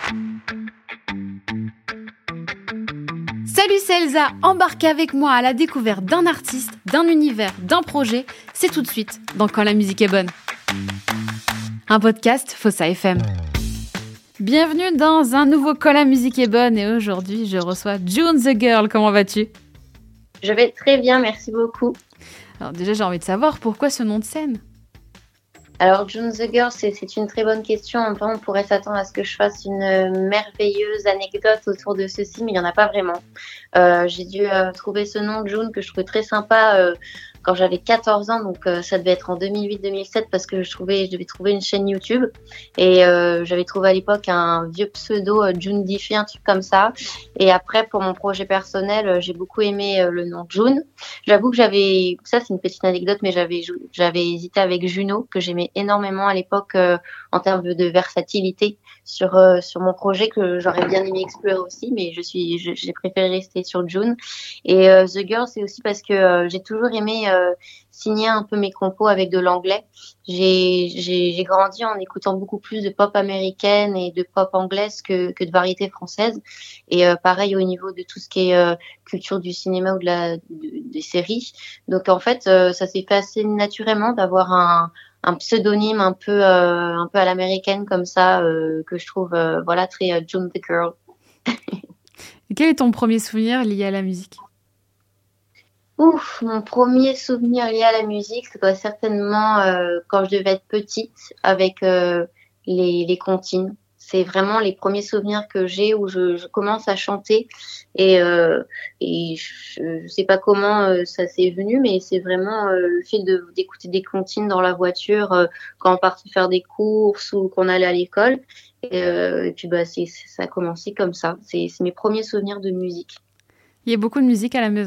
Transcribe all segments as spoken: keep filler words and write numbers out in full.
Salut, c'est Elsa, embarquez avec moi à la découverte d'un artiste, d'un univers, d'un projet. C'est tout de suite dans Quand la musique est bonne. Un podcast Fossa F M. Bienvenue dans un nouveau Quand la musique est bonne et aujourd'hui je reçois June the Girl. Comment vas-tu ? Je vais très bien, merci beaucoup. Alors déjà j'ai envie de savoir pourquoi ce nom de scène ? Alors June the Girl, c'est, c'est une très bonne question. Enfin, on pourrait s'attendre à ce que je fasse une merveilleuse anecdote autour de ceci, mais il n'y en a pas vraiment. Euh, j'ai dû euh, trouver ce nom June que je trouvais très sympa euh, quand j'avais quatorze ans, donc euh, ça devait être en deux mille huit deux mille sept parce que je trouvais, je devais trouver une chaîne YouTube et euh, j'avais trouvé à l'époque un vieux pseudo euh, June Diffie, un truc comme ça. Et après pour mon projet personnel, euh, j'ai beaucoup aimé euh, le nom June. J'avoue que j'avais, ça c'est une petite anecdote, mais j'avais j'avais hésité avec Juno que j'aimais énormément à l'époque euh, en termes de, de versatilité sur euh, sur mon projet que j'aurais bien aimé explorer aussi, mais je suis je, j'ai préféré rester sur June. Et euh, The Girl, c'est aussi parce que euh, j'ai toujours aimé euh, signer un peu mes compos avec de l'anglais. J'ai j'ai j'ai grandi en écoutant beaucoup plus de pop américaine et de pop anglaise que que de variété française. Et euh, pareil au niveau de tout ce qui est euh, culture du cinéma ou de la de, des séries. Donc en fait, euh, ça s'est fait assez naturellement d'avoir un un pseudonyme un peu euh, un peu à l'américaine comme ça euh, que je trouve euh, voilà très euh, June the Girl. Et quel est ton premier souvenir lié à la musique ? Ouf, mon premier souvenir lié à la musique, ça doit certainement euh, quand je devais être petite avec euh, les les comptines. C'est vraiment les premiers souvenirs que j'ai où je, je commence à chanter et euh, et je, je sais pas comment euh, ça s'est venu, mais c'est vraiment euh, le fait de d'écouter des comptines dans la voiture euh, quand on partait faire des courses ou qu'on allait à l'école. Et, euh, et puis bah c'est, c'est ça a commencé comme ça. C'est c'est mes premiers souvenirs de musique. Il y a beaucoup de musique à la maison ?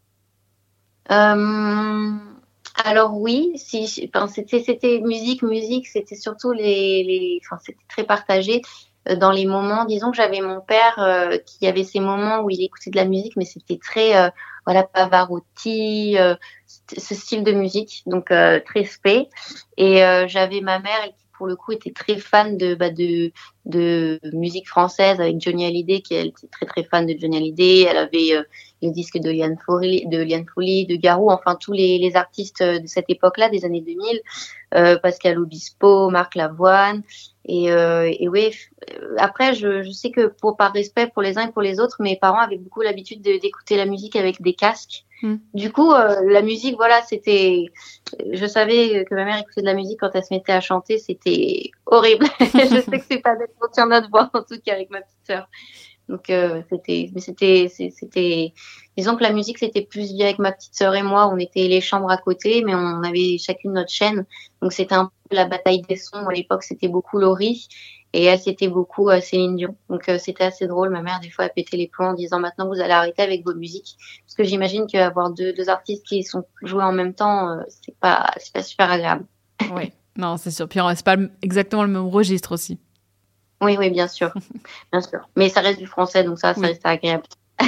Euh, alors oui, si, si- enfin c'était c'était musique, musique, c'était surtout les les, enfin c'était très partagé euh, dans les moments. Disons que j'avais mon père euh, qui avait ces moments où il écoutait de la musique, mais c'était très euh, voilà Pavarotti, euh, c- ce style de musique, donc euh, très spé. Et euh, j'avais ma mère qui pour le coup était très fan de bah de de musique française avec Johnny Hallyday, qui elle était très très fan de Johnny Hallyday. Elle avait euh, les disques de Liane Folly, de Liane Folly, de Garou, enfin tous les, les artistes de cette époque-là, des années deux mille, euh, Pascal Obispo, Marc Lavoine, et, euh, et oui. Après, je, je sais que pour par respect pour les uns et pour les autres, mes parents avaient beaucoup l'habitude de, d'écouter la musique avec des casques. Mm. Du coup, euh, la musique, voilà, c'était. Je savais que ma mère écoutait de la musique quand elle se mettait à chanter, c'était horrible. Je sais que c'est pas d'être sur notre voix, en tout cas avec ma petite sœur. Donc euh, c'était, mais c'était, c'était, disons que la musique c'était plus lié avec ma petite sœur et moi. On était les chambres à côté, mais on avait chacune notre chaîne. Donc c'était un peu la bataille des sons. À l'époque c'était beaucoup Laurie et elle c'était beaucoup euh, Céline Dion. Donc euh, c'était assez drôle. Ma mère des fois a pété les plombs en disant maintenant vous allez arrêter avec vos musiques, parce que j'imagine qu'avoir deux, deux artistes qui sont joués en même temps, euh, c'est pas, c'est pas super agréable. Oui, non c'est sûr. Puis c'est pas exactement le même registre aussi. Oui, oui, bien sûr, bien sûr. Mais ça reste du français, donc ça, ça oui. reste agréable.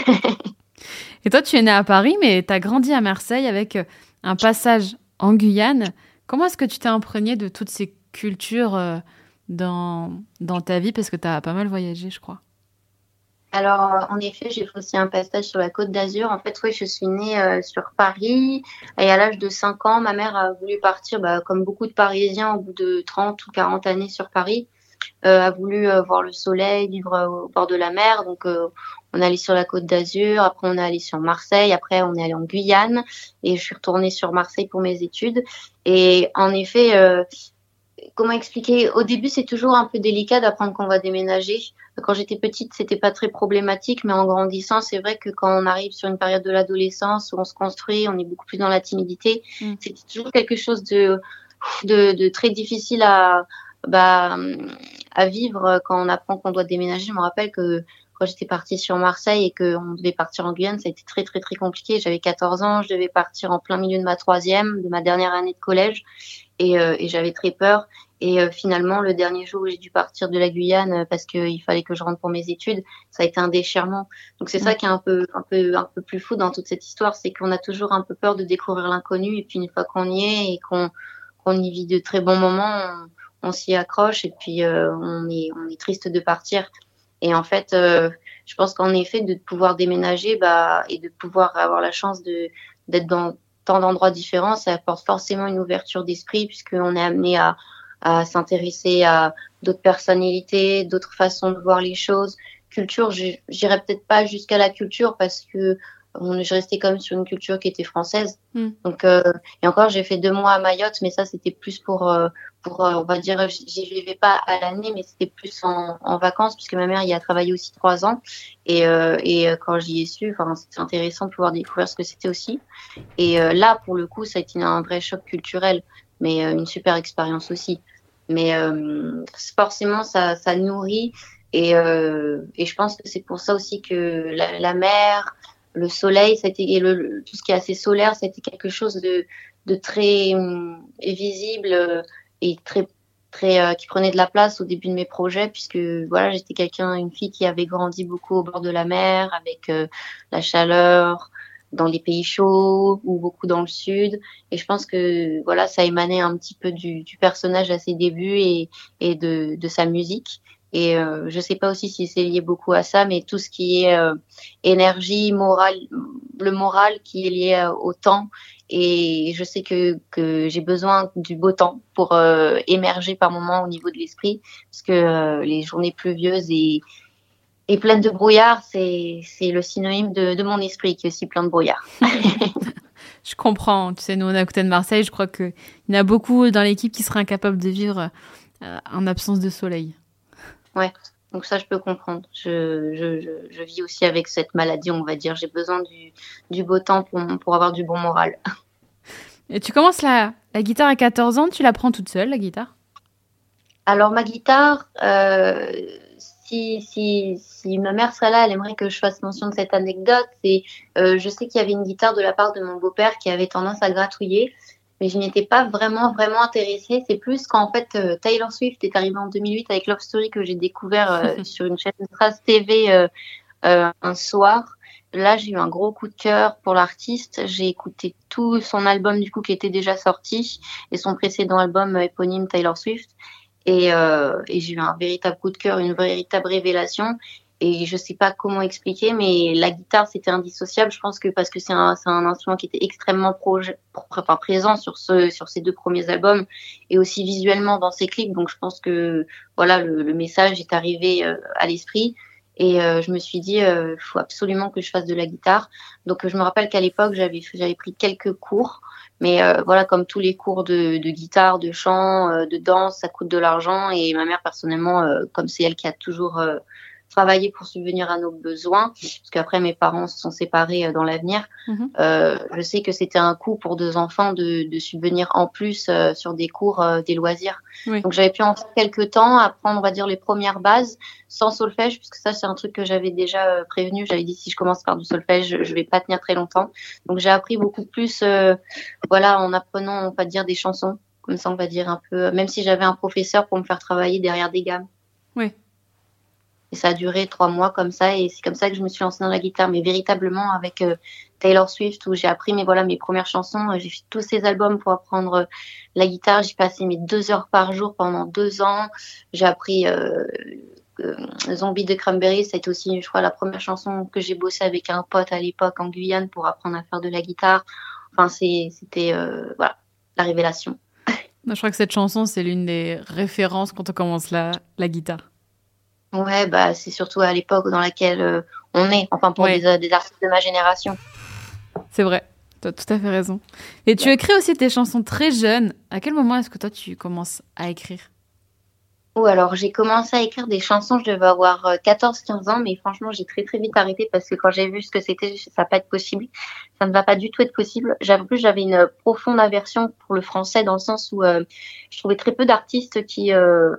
Et toi, tu es née à Paris, mais tu as grandi à Marseille avec un passage en Guyane. Comment est-ce que tu t'es imprégné de toutes ces cultures euh, dans, dans ta vie ? Parce que tu as pas mal voyagé, je crois. Alors, en effet, j'ai fait aussi un passage sur la Côte d'Azur. En fait, oui, je suis née euh, sur Paris. Et à l'âge de cinq ans, ma mère a voulu partir, bah, comme beaucoup de Parisiens, au bout de trente ou quarante années sur Paris. Euh, a voulu euh, voir le soleil, vivre euh, au bord de la mer. Donc, euh, on est allé sur la Côte d'Azur. Après, on est allé sur Marseille. Après, on est allé en Guyane. Et je suis retournée sur Marseille pour mes études. Et en effet, euh, comment expliquer ? Au début, c'est toujours un peu délicat d'apprendre qu'on va déménager. Quand j'étais petite, c'était pas très problématique, mais en grandissant, c'est vrai que quand on arrive sur une période de l'adolescence où on se construit, on est beaucoup plus dans la timidité. Mmh. C'était toujours quelque chose de, de, de très difficile à, bah, à vivre quand on apprend qu'on doit déménager. Je me rappelle que quand j'étais partie sur Marseille et qu'on devait partir en Guyane, ça a été très, très, très compliqué. J'avais quatorze ans, je devais partir en plein milieu de ma troisième, de ma dernière année de collège. Et, euh, et j'avais très peur. Et euh, finalement, le dernier jour où j'ai dû partir de la Guyane parce qu'il fallait que je rentre pour mes études, ça a été un déchirement. Donc c'est mmh. ça qui est un peu, un peu, un peu plus fou dans toute cette histoire, c'est qu'on a toujours un peu peur de découvrir l'inconnu. Et puis une fois qu'on y est et qu'on, qu'on y vit de très bons moments, on s'y accroche et puis euh, on est on est triste de partir. Et en fait, euh, je pense qu'en effet, de pouvoir déménager, bah, et de pouvoir avoir la chance de d'être dans tant d'endroits différents, ça apporte forcément une ouverture d'esprit puisqu'on est amené à à s'intéresser à d'autres personnalités, d'autres façons de voir les choses. Culture, j'irais peut-être pas jusqu'à la culture parce que on, je restais quand même sur une culture qui était française. Mm. Donc, euh, et encore, j'ai fait deux mois à Mayotte, mais ça, c'était plus pour, euh, pour, euh, on va dire, j'y vivais pas à l'année, mais c'était plus en, en vacances puisque ma mère y a travaillé aussi trois ans. Et, euh, et quand j'y ai su, enfin, c'était intéressant de pouvoir découvrir ce que c'était aussi. Et euh, là, pour le coup, ça a été un vrai choc culturel, mais euh, une super expérience aussi. Mais euh, forcément, ça, ça nourrit. Et, euh, et je pense que c'est pour ça aussi que la, la mer, le soleil, ça a été, et le, tout ce qui est assez solaire, ça a été quelque chose de, de très euh, visible et très, très euh, qui prenait de la place au début de mes projets, puisque voilà, j'étais quelqu'un, une fille qui avait grandi beaucoup au bord de la mer, avec euh, la chaleur, dans les pays chauds ou beaucoup dans le sud. Et je pense que voilà, ça émanait un petit peu du, du personnage à ses débuts et, et de, de sa musique. Et euh, je sais pas aussi si c'est lié beaucoup à ça, mais tout ce qui est euh, énergie, morale, le moral qui est lié euh, au temps. Et je sais que, que j'ai besoin du beau temps pour euh, émerger par moments au niveau de l'esprit, parce que euh, les journées pluvieuses et, et pleines de brouillard, c'est, c'est le synonyme de, de mon esprit qui est aussi plein de brouillard. Je comprends. Tu sais, nous, on est à côté de Marseille. Je crois qu'il y en a beaucoup dans l'équipe qui seraient incapables de vivre euh, en absence de soleil. Ouais, donc ça, je peux comprendre. Je, je, je, je vis aussi avec cette maladie, on va dire. J'ai besoin du, du beau temps pour, pour avoir du bon moral. Et tu commences la, la guitare à quatorze ans, tu l'apprends toute seule, la guitare ? Alors, ma guitare, euh, si, si, si ma mère serait là, elle aimerait que je fasse mention de cette anecdote. Et, euh, je sais qu'il y avait une guitare de la part de mon beau-père qui avait tendance à gratouiller. Mais je n'y étais pas vraiment, vraiment intéressée. C'est plus quand, en fait, euh, Taylor Swift est arrivée en deux mille huit avec Love Story que j'ai découvert euh, sur une chaîne de Trace T V euh, euh, un soir. Là, j'ai eu un gros coup de cœur pour l'artiste. J'ai écouté tout son album, du coup, qui était déjà sorti et son précédent album euh, éponyme Taylor Swift. Et, euh, et j'ai eu un véritable coup de cœur, une véritable révélation. Et je sais pas comment expliquer, mais la guitare, c'était indissociable. Je pense que parce que c'est un, c'est un instrument qui était extrêmement proje, enfin, présent sur ce, sur ces deux premiers albums et aussi visuellement dans ses clips. Donc, je pense que, voilà, le, le message est arrivé euh, à l'esprit. Et euh, je me suis dit, il euh, faut absolument que je fasse de la guitare. Donc, je me rappelle qu'à l'époque, j'avais, j'avais pris quelques cours. Mais euh, voilà, comme tous les cours de, de guitare, de chant, euh, de danse, ça coûte de l'argent. Et ma mère, personnellement, euh, comme c'est elle qui a toujours... Euh, travailler pour subvenir à nos besoins, parce qu'après mes parents se sont séparés dans l'avenir. Mmh. Euh, je sais que c'était un coût pour deux enfants de, de subvenir en plus euh, sur des cours, euh, des loisirs. Oui. Donc j'avais pu en faire quelques temps, apprendre, on va dire, les premières bases sans solfège, puisque ça c'est un truc que j'avais déjà euh, prévenu. J'avais dit si je commence par du solfège, je, je vais pas tenir très longtemps. Donc j'ai appris beaucoup plus, euh, voilà, en apprenant, on va dire, des chansons, comme ça on va dire un peu, même si j'avais un professeur pour me faire travailler derrière des gammes. Oui. Et ça a duré trois mois comme ça, et c'est comme ça que je me suis lancée dans la guitare, mais véritablement avec euh, Taylor Swift, où j'ai appris mes voilà mes premières chansons. J'ai fait tous ces albums pour apprendre euh, la guitare. J'ai passé mes deux heures par jour pendant deux ans. J'ai appris euh, euh, Zombie de Cranberries. Ça a été aussi, je crois, la première chanson que j'ai bossé avec un pote à l'époque en Guyane pour apprendre à faire de la guitare. Enfin, c'est, c'était euh, voilà la révélation. Je crois que cette chanson, c'est l'une des références quand on commence la, la guitare. Ouais, bah c'est surtout à l'époque dans laquelle euh, on est, enfin pour ouais. des, des artistes de ma génération. C'est vrai, tu as tout à fait raison. Et tu ouais. écris aussi tes chansons très jeune. À quel moment est-ce que toi tu commences à écrire ? Oh, alors j'ai commencé à écrire des chansons, je devais avoir quatorze quinze ans, mais franchement j'ai très très vite arrêté parce que quand j'ai vu ce que c'était, ça va pas être possible. Ça ne va pas du tout être possible. En plus j'avais une profonde aversion pour le français dans le sens où euh, je trouvais très peu d'artistes qui... Euh,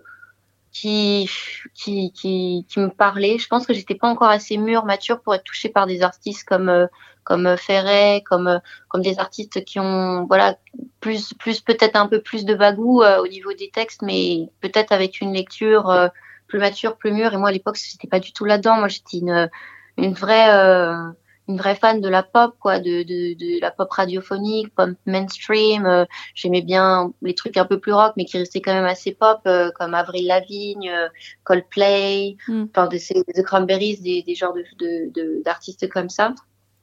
qui qui qui qui me parlait. Je pense que j'étais pas encore assez mûre, mature pour être touchée par des artistes comme euh, comme Ferret, comme euh, comme des artistes qui ont voilà plus plus peut-être un peu plus de bagou euh, au niveau des textes, mais peut-être avec une lecture euh, plus mature, plus mûre. Et moi à l'époque, j'étais pas du tout là-dedans. Moi, j'étais une une vraie euh, une vraie fan de la pop, quoi, de, de, de la pop radiophonique, pop mainstream. Euh, j'aimais bien les trucs un peu plus rock, mais qui restaient quand même assez pop, euh, comme Avril Lavigne, euh, Coldplay, mm. enfin, de, de, de Cranberries, des, des genres de, de, de, d'artistes comme ça.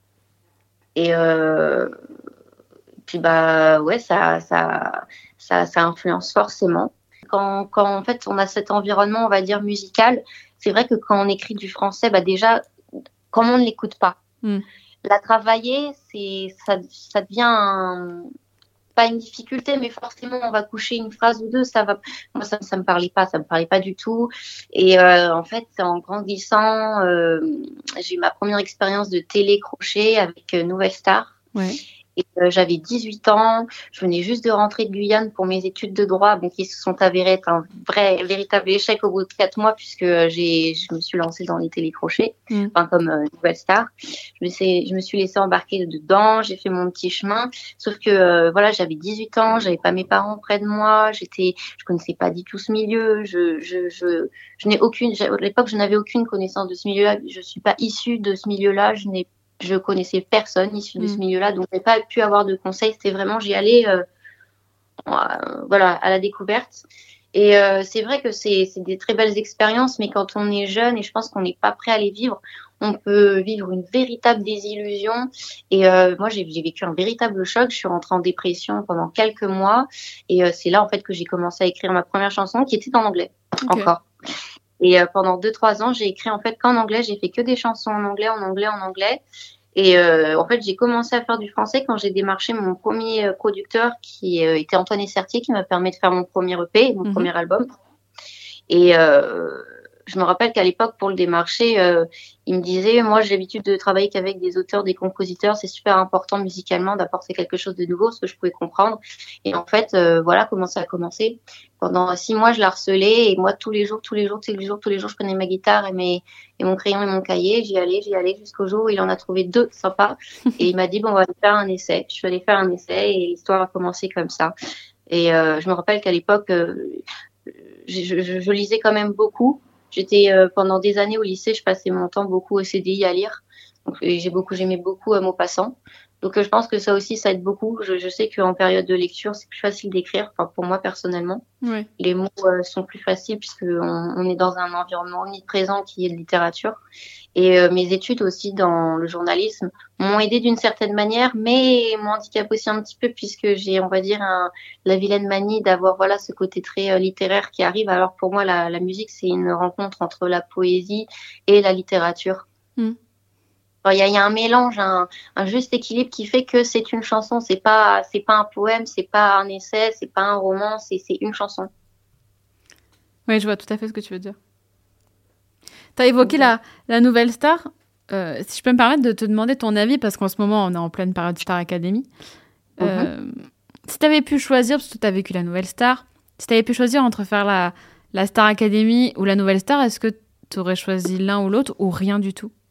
Et euh, puis, bah, ouais, ça, ça, ça, ça influence forcément. Quand, quand, en fait, on a cet environnement, on va dire, musical, c'est vrai que quand on écrit du français, bah, déjà, comment on ne l'écoute pas? Mm. La travailler, c'est, ça, ça devient un, pas une difficulté, mais forcément, on va coucher une phrase ou deux, ça va, moi, ça, ça me parlait pas, ça me parlait pas du tout. Et, euh, en fait, en grandissant, euh, j'ai eu ma première expérience de télé-crochet avec euh, Nouvelle Star. Ouais. Et euh, j'avais dix-huit ans, je venais juste de rentrer de Guyane pour mes études de droit, bon, qui se sont avérées être un vrai, véritable échec au bout de quatre mois, puisque j'ai, je me suis lancée dans les télécrochets, mmh. enfin comme euh, Nouvelle Star. Je me, suis, je me suis laissée embarquer dedans, j'ai fait mon petit chemin, sauf que euh, voilà, j'avais dix-huit ans, j'avais pas mes parents près de moi, j'étais, je connaissais pas du tout ce milieu, je, je, je, je n'ai aucune, à l'époque, je n'avais aucune connaissance de ce milieu-là, je suis pas issue de ce milieu-là, je n'ai je connaissais personne issu de ce milieu-là, donc j'ai pas pu avoir de conseils. C'était vraiment, j'y allais, euh, euh, voilà, à la découverte. Et euh, c'est vrai que c'est, c'est des très belles expériences, mais quand on est jeune, et je pense qu'on n'est pas prêt à les vivre, on peut vivre une véritable désillusion. Et euh, moi, j'ai, j'ai vécu un véritable choc. Je suis rentrée en dépression pendant quelques mois, et euh, c'est là en fait que j'ai commencé à écrire ma première chanson, qui était en anglais okay. encore. Et euh, pendant deux, trois ans, j'ai écrit en fait qu'en anglais. J'ai fait que des chansons en anglais, en anglais, en anglais. Et euh, en fait, j'ai commencé à faire du français quand j'ai démarché mon premier euh, producteur qui euh, était Antoine Essertier, qui m'a permis de faire mon premier E P, mon mm-hmm. premier album. Et euh, je me rappelle qu'à l'époque, pour le démarcher, euh, il me disait, moi, j'ai l'habitude de travailler qu'avec des auteurs, des compositeurs. C'est super important musicalement d'apporter quelque chose de nouveau, ce que je pouvais comprendre. Et en fait, euh, voilà comment ça a commencé. Pendant six mois, je la harcelais et moi, tous les jours, tous les jours, tous les jours, tous les jours, je prenais ma guitare et, mes, et mon crayon et mon cahier. J'y allais, j'y allais jusqu'au jour où il en a trouvé deux sympas. Et il m'a dit, bon, on va aller faire un essai. Je suis allée faire un essai et l'histoire a commencé comme ça. Et euh, je me rappelle qu'à l'époque, euh, je, je, je lisais quand même beaucoup. J'étais euh, pendant des années au lycée, je passais mon temps beaucoup au C D I à lire. Donc j'ai beaucoup, j'aimais beaucoup euh, Maupassant. Donc euh, je pense que ça aussi, ça aide beaucoup. Je, je sais qu'en période de lecture, c'est plus facile d'écrire. Enfin pour moi personnellement, ouais. Les mots euh, sont plus faciles puisque on, on est dans un environnement omniprésent qui est de littérature. Et euh, mes études aussi dans le journalisme m'ont aidé d'une certaine manière, mais m'ont handicapé aussi un petit peu puisque j'ai, on va dire, un, la vilaine manie d'avoir voilà ce côté très euh, littéraire qui arrive. Alors pour moi, la, la musique, c'est une rencontre entre la poésie et la littérature. Mm. Il y a, y a un mélange, un, un juste équilibre qui fait que c'est une chanson. C'est pas, c'est pas un poème, c'est pas un essai, c'est pas un roman, c'est, c'est une chanson. Oui, je vois tout à fait ce que tu veux dire. Tu as évoqué okay. la, la Nouvelle Star. Euh, si je peux me permettre de te demander ton avis, parce qu'en ce moment, on est en pleine période Star Academy. Mm-hmm. Euh, si tu avais pu choisir, parce que tu as vécu la Nouvelle Star, si tu avais pu choisir entre faire la, la Star Academy ou la Nouvelle Star, est-ce que tu aurais choisi l'un ou l'autre ou rien du tout?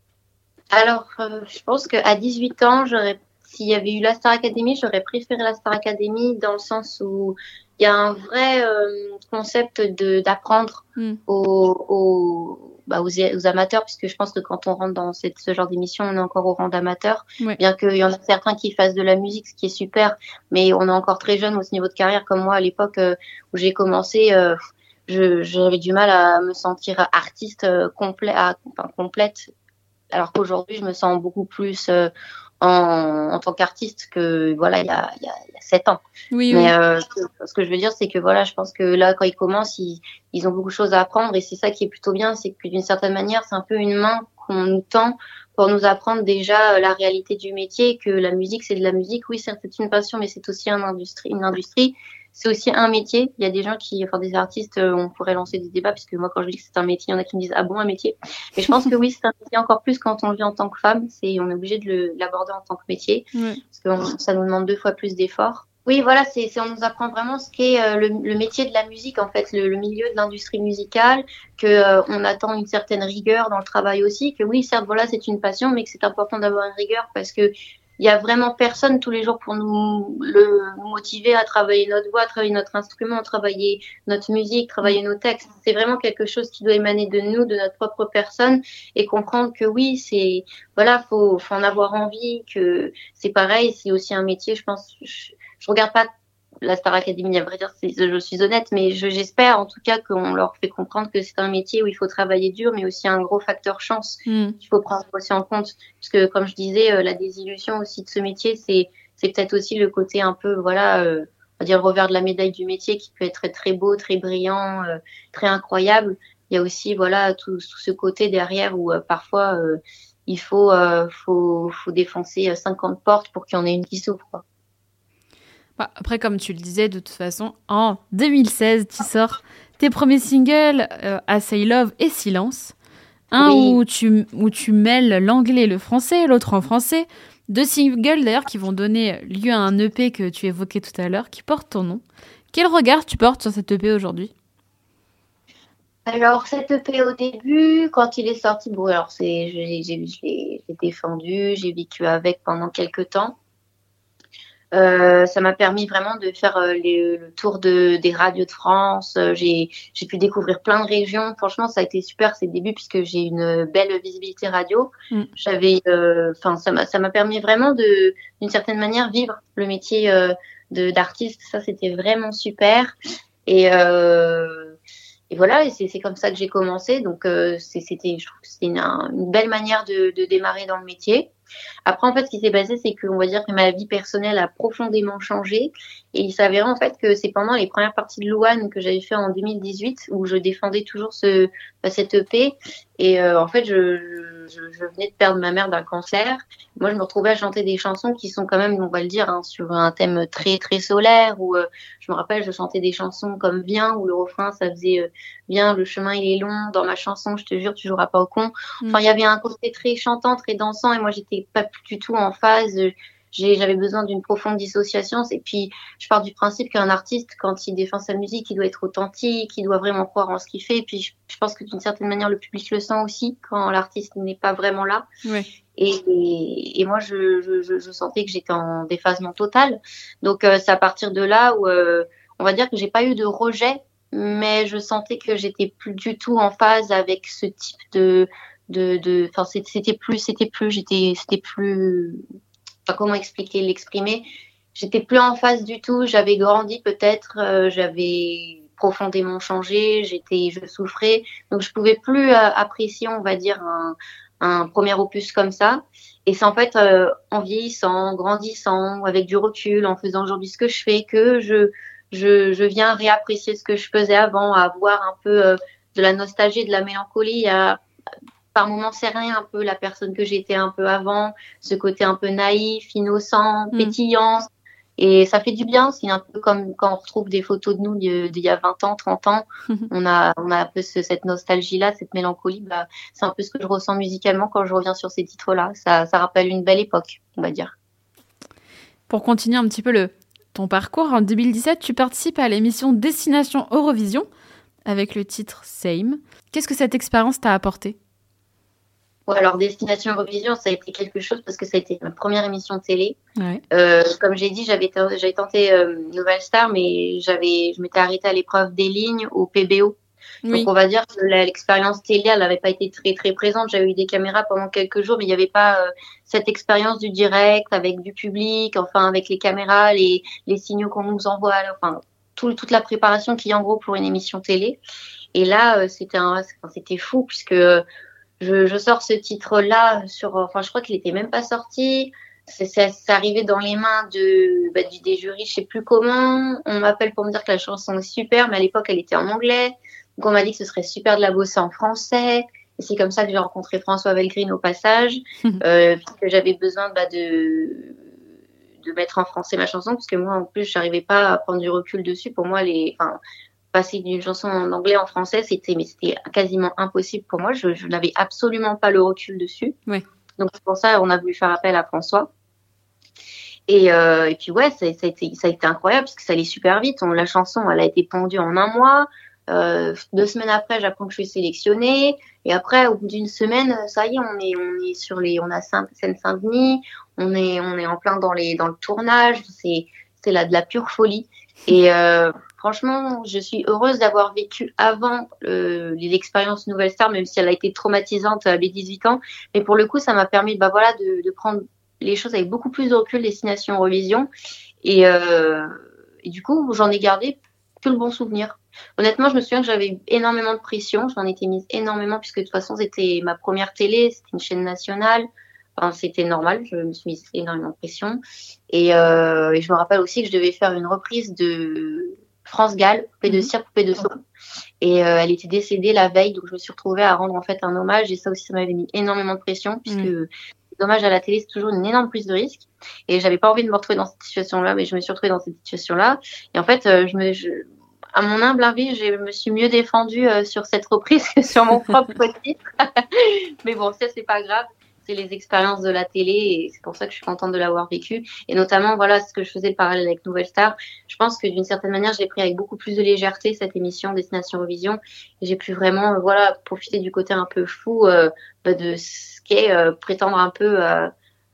Alors, euh, je pense qu'à dix-huit ans, j'aurais, s'il y avait eu la Star Academy, j'aurais préféré la Star Academy dans le sens où il y a un vrai euh, concept de d'apprendre mm. aux, aux, bah, aux, aux amateurs, puisque je pense que quand on rentre dans cette, ce genre d'émission, on est encore au rang d'amateur, ouais. Bien qu'il y en a certains qui fassent de la musique, ce qui est super, mais on est encore très jeune au niveau de carrière, comme moi à l'époque euh, où j'ai commencé. Euh, je, j'avais du mal à me sentir artiste euh, complet, à, enfin, complète. Alors qu'aujourd'hui, je me sens beaucoup plus euh, en, en tant qu'artiste que voilà il y a il y a, il y a sept ans. Oui, Mais oui. Euh, ce que je veux dire, c'est que voilà, je pense que là, quand ils commencent, ils, ils ont beaucoup de choses à apprendre et c'est ça qui est plutôt bien, c'est que d'une certaine manière, c'est un peu une main qu'on nous tend pour nous apprendre déjà la réalité du métier, que la musique, c'est de la musique. Oui, certes, c'est une passion, mais c'est aussi une industrie, une industrie. C'est aussi un métier. Il y a des gens qui, enfin des artistes, on pourrait lancer des débats, puisque moi, quand je dis que c'est un métier, il y en a qui me disent ah bon, un métier. Mais je pense que oui, c'est un métier encore plus quand on le vit en tant que femme. C'est, on est obligé de, le, de l'aborder en tant que métier, ouais. Parce que ça nous demande deux fois plus d'efforts. Oui, voilà, c'est, c'est on nous apprend vraiment ce qu'est euh, le, le métier de la musique, en fait, le, le milieu de l'industrie musicale, que euh, on attend une certaine rigueur dans le travail aussi, que oui, certes, voilà, c'est une passion, mais que c'est important d'avoir une rigueur parce que il y a vraiment personne tous les jours pour nous le nous motiver à travailler notre voix, à travailler notre instrument, à travailler notre musique, travailler nos textes. C'est vraiment quelque chose qui doit émaner de nous, de notre propre personne, et comprendre que oui, c'est voilà, faut faut en avoir envie, que c'est pareil, c'est aussi un métier. Je pense, je, je regarde pas la Star Academy, à vrai dire, c'est, je suis honnête, mais je, j'espère en tout cas qu'on leur fait comprendre que c'est un métier où il faut travailler dur, mais aussi un gros facteur chance mm. qu'il faut prendre aussi en compte. Parce que, comme je disais, euh, la désillusion aussi de ce métier, c'est, c'est peut-être aussi le côté un peu, voilà, euh, on va dire le revers de la médaille du métier qui peut être très, très beau, très brillant, euh, très incroyable. Il y a aussi, voilà, tout, tout ce côté derrière où euh, parfois euh, il faut, euh, faut, faut défoncer cinquante portes pour qu'il y en ait une qui s'ouvre, quoi. Après, comme tu le disais, de toute façon, en deux mille seize, tu sors tes premiers singles, euh, I Say Love et Silence. Un oui. où, tu, où tu mêles l'anglais et le français, l'autre en français. Deux singles d'ailleurs qui vont donner lieu à un E P que tu évoquais tout à l'heure, qui porte ton nom. Quel regard tu portes sur cet E P aujourd'hui ? Alors, cet E P au début, quand il est sorti, bon, alors c'est, j'ai, j'ai, j'ai, j'ai défendu, j'ai vécu avec pendant quelques temps. Euh, ça m'a permis vraiment de faire euh, les, le tour de, des radios de France. Euh, j'ai, j'ai pu découvrir plein de régions. Franchement, ça a été super ces débuts puisque j'ai une belle visibilité radio. Mm. J'avais, enfin, euh, ça m'a, ça m'a permis vraiment de, d'une certaine manière, vivre le métier euh, de d'artiste. Ça, c'était vraiment super. Et euh, Et voilà, et c'est, c'est comme ça que j'ai commencé. Donc, euh, c'est, c'était, je trouve que c'était une, une belle manière de, de démarrer dans le métier. Après, en fait, ce qui s'est passé, c'est qu'on va dire que ma vie personnelle a profondément changé. Et il s'avérait en fait que c'est pendant les premières parties de Louane que j'avais fait en deux mille dix-huit où je défendais toujours ce, cet E P. Et euh, en fait, je, je, je venais de perdre ma mère d'un cancer. Moi, je me retrouvais à chanter des chansons qui sont quand même, on va le dire, hein, sur un thème très très solaire. Où euh, je me rappelle, je chantais des chansons comme Viens, où le refrain, ça faisait euh, Viens, le chemin il est long. Dans ma chanson, je te jure, tu joueras pas au con. Enfin, il y avait un côté très chantant, très dansant, et moi, j'étais pas du tout en phase. J'ai, j'avais besoin d'une profonde dissociation. Et puis, je pars du principe qu'un artiste, quand il défend sa musique, il doit être authentique, il doit vraiment croire en ce qu'il fait. Et puis, je, je pense que d'une certaine manière, le public le sent aussi quand l'artiste n'est pas vraiment là. Ouais. Et, et, et moi, je, je, je, je sentais que j'étais en déphasement total. Donc, euh, c'est à partir de là où, euh, on va dire que j'ai pas eu de rejet, mais je sentais que j'étais plus du tout en phase avec ce type de, de, de, enfin, c'était plus, c'était plus, j'étais, c'était plus, enfin, comment expliquer, l'exprimer. J'étais plus en phase du tout. J'avais grandi peut-être, euh, j'avais profondément changé. J'étais, je souffrais, donc je pouvais plus euh, apprécier, on va dire, un, un premier opus comme ça. Et c'est en fait euh, en vieillissant, en grandissant, avec du recul, en faisant aujourd'hui ce que je fais, que je, je, je viens réapprécier ce que je faisais avant, à avoir un peu euh, de la nostalgie, de la mélancolie, à par moments cerner un peu la personne que j'étais un peu avant, ce côté un peu naïf, innocent, mmh. pétillant. Et ça fait du bien. C'est un peu comme quand on retrouve des photos de nous d'il y a vingt ans, trente ans. Mmh. On a, on a un peu ce, cette nostalgie-là, cette mélancolie. Bah, c'est un peu ce que je ressens musicalement quand je reviens sur ces titres-là. Ça, ça rappelle une belle époque, on va dire. Pour continuer un petit peu le, ton parcours, en deux mille dix-sept, tu participes à l'émission Destination Eurovision avec le titre Same. Qu'est-ce que cette expérience t'a apporté ? Ouais, alors Destination Eurovision, ça a été quelque chose parce que ça a été ma première émission de télé. Ouais. Euh, comme j'ai dit, j'avais, t- j'avais tenté euh, Nouvelle Star, mais j'avais, je m'étais arrêtée à l'épreuve des lignes au P B O. Oui. Donc on va dire que la, l'expérience télé, elle n'avait pas été très très présente. J'avais eu des caméras pendant quelques jours, mais il n'y avait pas euh, cette expérience du direct avec du public, enfin avec les caméras, les, les signaux qu'on nous envoie, enfin tout, toute la préparation qu'il y a en gros pour une émission télé. Et là, euh, c'était un, c'était fou puisque Je, je sors ce titre-là sur, enfin, je crois qu'il était même pas sorti. C'est, c'est, c'est arrivé dans les mains de, bah, du, des jurys, je sais plus comment. On m'appelle pour me dire que la chanson est super, mais à l'époque, elle était en anglais. Donc, on m'a dit que ce serait super de la bosser en français. Et c'est comme ça que j'ai rencontré François Valgreen au passage, euh, puisque j'avais besoin, bah, de, de mettre en français ma chanson, parce que moi, en plus, j'arrivais pas à prendre du recul dessus. Pour moi, les, enfin, passer d'une chanson en anglais en français, c'était, mais c'était quasiment impossible pour moi. Je, je n'avais absolument pas le recul dessus. Ouais. Donc c'est pour ça on a voulu faire appel à François. Et, euh, et puis ouais, ça, ça, a été, ça a été incroyable parce que ça allait super vite. On, la chanson, elle a été pondue en un mois. Euh, deux semaines après, j'apprends que je suis sélectionnée. Et après, au bout d'une semaine, ça y est, on est, on est sur les, on a Seine-Saint-Denis, on est, on est en plein dans les, dans le tournage. C'est, c'est là de la pure folie. Et euh, franchement, je suis heureuse d'avoir vécu avant euh, l'expérience Nouvelle Star, même si elle a été traumatisante à mes dix-huit ans. Mais pour le coup, ça m'a permis, bah voilà, de, de prendre les choses avec beaucoup plus de recul, Destination Eurovision. Et, euh, et du coup, j'en ai gardé que le bon souvenir. Honnêtement, je me souviens que j'avais eu énormément de pression. J'en étais mise énormément puisque de toute façon, c'était ma première télé, c'était une chaîne nationale. Enfin, c'était normal. Je me suis mise énormément de pression. Et, euh, et je me rappelle aussi que je devais faire une reprise de France Gall, Poupée de cire, Poupée de son. Et euh, elle était décédée la veille, donc je me suis retrouvée à rendre en fait un hommage. Et ça aussi, ça m'avait mis énormément de pression puisque mmh. Dommage à la télé, c'est toujours une énorme prise de risque. Et j'avais pas envie de me retrouver dans cette situation-là, mais je me suis retrouvée dans cette situation-là. Et en fait, euh, je me, je, à mon humble avis, je me suis mieux défendue euh, sur cette reprise que sur mon propre titre. Mais bon, ça, c'est pas grave. C'est les expériences de la télé et c'est pour ça que je suis contente de l'avoir vécu. Et notamment, voilà, ce que je faisais le parallèle avec Nouvelle Star. Je pense que d'une certaine manière, je l'ai pris avec beaucoup plus de légèreté, cette émission Destination Eurovision. Et j'ai pu vraiment, euh, voilà, profiter du côté un peu fou euh, de ce qu'est euh, prétendre un peu euh,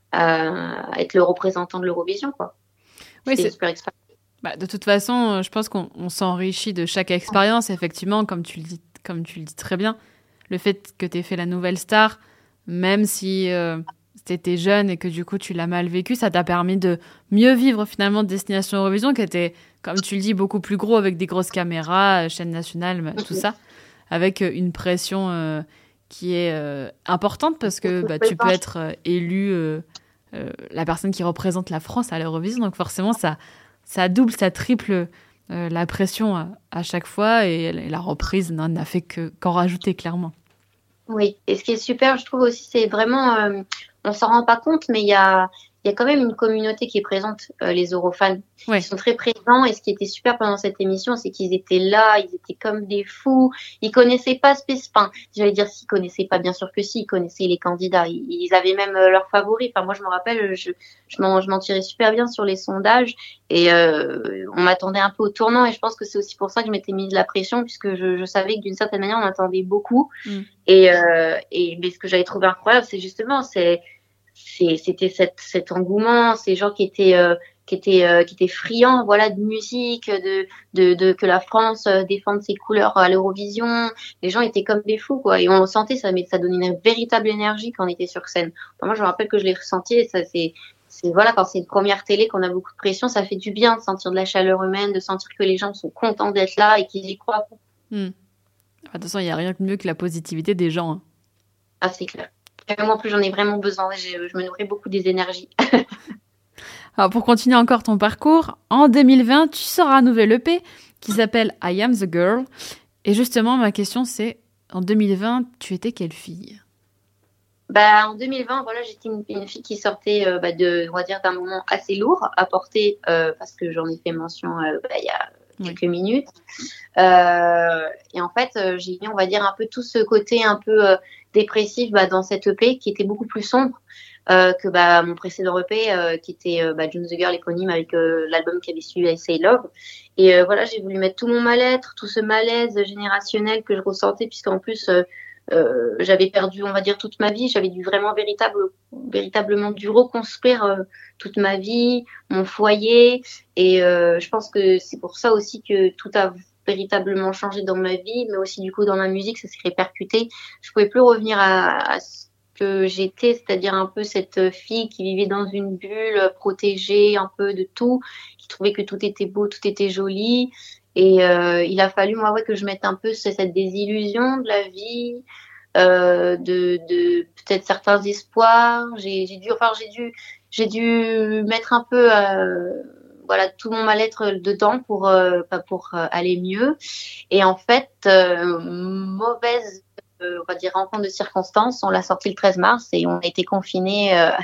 à être le représentant de l'Eurovision, quoi. Oui, c'est super expérience. Bah, de toute façon, je pense qu'on on s'enrichit de chaque expérience. Effectivement, comme tu le dis, comme tu le dis très bien, le fait que tu aies fait la Nouvelle Star, même si euh, tu étais jeune et que du coup tu l'as mal vécu, ça t'a permis de mieux vivre finalement Destination Eurovision, qui était, comme tu le dis, beaucoup plus gros avec des grosses caméras, chaîne nationale, tout ça, avec une pression euh, qui est euh, importante parce que bah, tu peux être euh, élu euh, euh, la personne qui représente la France à l'Eurovision, donc forcément ça, ça double, ça triple euh, la pression à, à chaque fois et, et la reprise n'a fait que, qu'en rajouter clairement. Oui, et ce qui est super, je trouve aussi, c'est vraiment, euh, on s'en rend pas compte, mais il y a, il y a quand même une communauté qui est présente, euh, les Eurofans. Ouais. Ils sont très présents et ce qui était super pendant cette émission, c'est qu'ils étaient là, ils étaient comme des fous. Ils connaissaient pas spécifiquement, enfin, j'allais dire s'ils connaissaient pas, bien sûr que si, ils connaissaient les candidats. Ils, ils avaient même euh, leurs favoris. Enfin, moi, je me rappelle, je, je m'en, je m'en tirais super bien sur les sondages et euh, on m'attendait un peu au tournant et je pense que c'est aussi pour ça que je m'étais mise la pression puisque je, je savais que d'une certaine manière, on attendait beaucoup. Mm. Et, euh, et mais ce que j'avais trouvé incroyable, c'est justement, c'est C'est, c'était cette, cet engouement, ces gens qui étaient, euh, qui étaient, euh, qui étaient friands, voilà, de musique, de, de, de que la France euh, défende ses couleurs à l'Eurovision. Les gens étaient comme des fous, quoi. Et on sentait ça, mais ça donnait une véritable énergie quand on était sur scène. Enfin, moi, je me rappelle que je l'ai ressenti. Et ça, c'est, c'est voilà, quand c'est une première télé, qu'on a beaucoup de pression, ça fait du bien de sentir de la chaleur humaine, de sentir que les gens sont contents d'être là et qu'ils y croient. Mmh. De toute façon, il n'y a rien de mieux que la positivité des gens. Hein. Ah, c'est clair. Et moi, en plus, j'en ai vraiment besoin. Je, je me nourris beaucoup des énergies. Alors, pour continuer encore ton parcours, en deux mille vingt, tu sors un nouvel E P qui s'appelle I Am The Girl. Et justement, ma question, c'est, en deux mille vingt, tu étais quelle fille ? Bah, en deux mille vingt, voilà, j'étais une, une fille qui sortait euh, bah, de, on va dire, d'un moment assez lourd à porter, euh, parce que j'en ai fait mention euh, bah, il y a quelques oui. minutes. Euh, et en fait, euh, j'ai mis, on va dire, un peu tout ce côté un peu euh, dépressif bah, dans cette E P qui était beaucoup plus sombre euh, que bah, mon précédent E P euh, qui était euh, bah, June the Girl éponyme avec euh, l'album qui avait suivi I Say Love. Et euh, voilà, j'ai voulu mettre tout mon mal-être, tout ce malaise générationnel que je ressentais, puisqu'en plus, euh, euh, j'avais perdu, on va dire, toute ma vie. J'avais dû vraiment véritable, véritablement dû reconstruire euh, toute ma vie, mon foyer. Et euh, je pense que c'est pour ça aussi que tout a véritablement changé dans ma vie, mais aussi du coup dans ma musique, ça s'est répercuté. Je pouvais plus revenir à, à ce que j'étais, c'est-à-dire un peu cette fille qui vivait dans une bulle, protégée un peu de tout, qui trouvait que tout était beau, tout était joli. Et euh, il a fallu, moi, ouais, que je mette un peu cette désillusion de la vie, euh, de, de peut-être certains espoirs. J'ai, j'ai dû, enfin, j'ai dû, j'ai dû mettre un peu, euh, voilà, tout mon mal-être dedans pour, euh, pour euh, aller mieux. Et en fait, euh, mauvaise, euh, on va dire, rencontre de circonstances, on l'a sorti le treize mars et on a été confinés euh,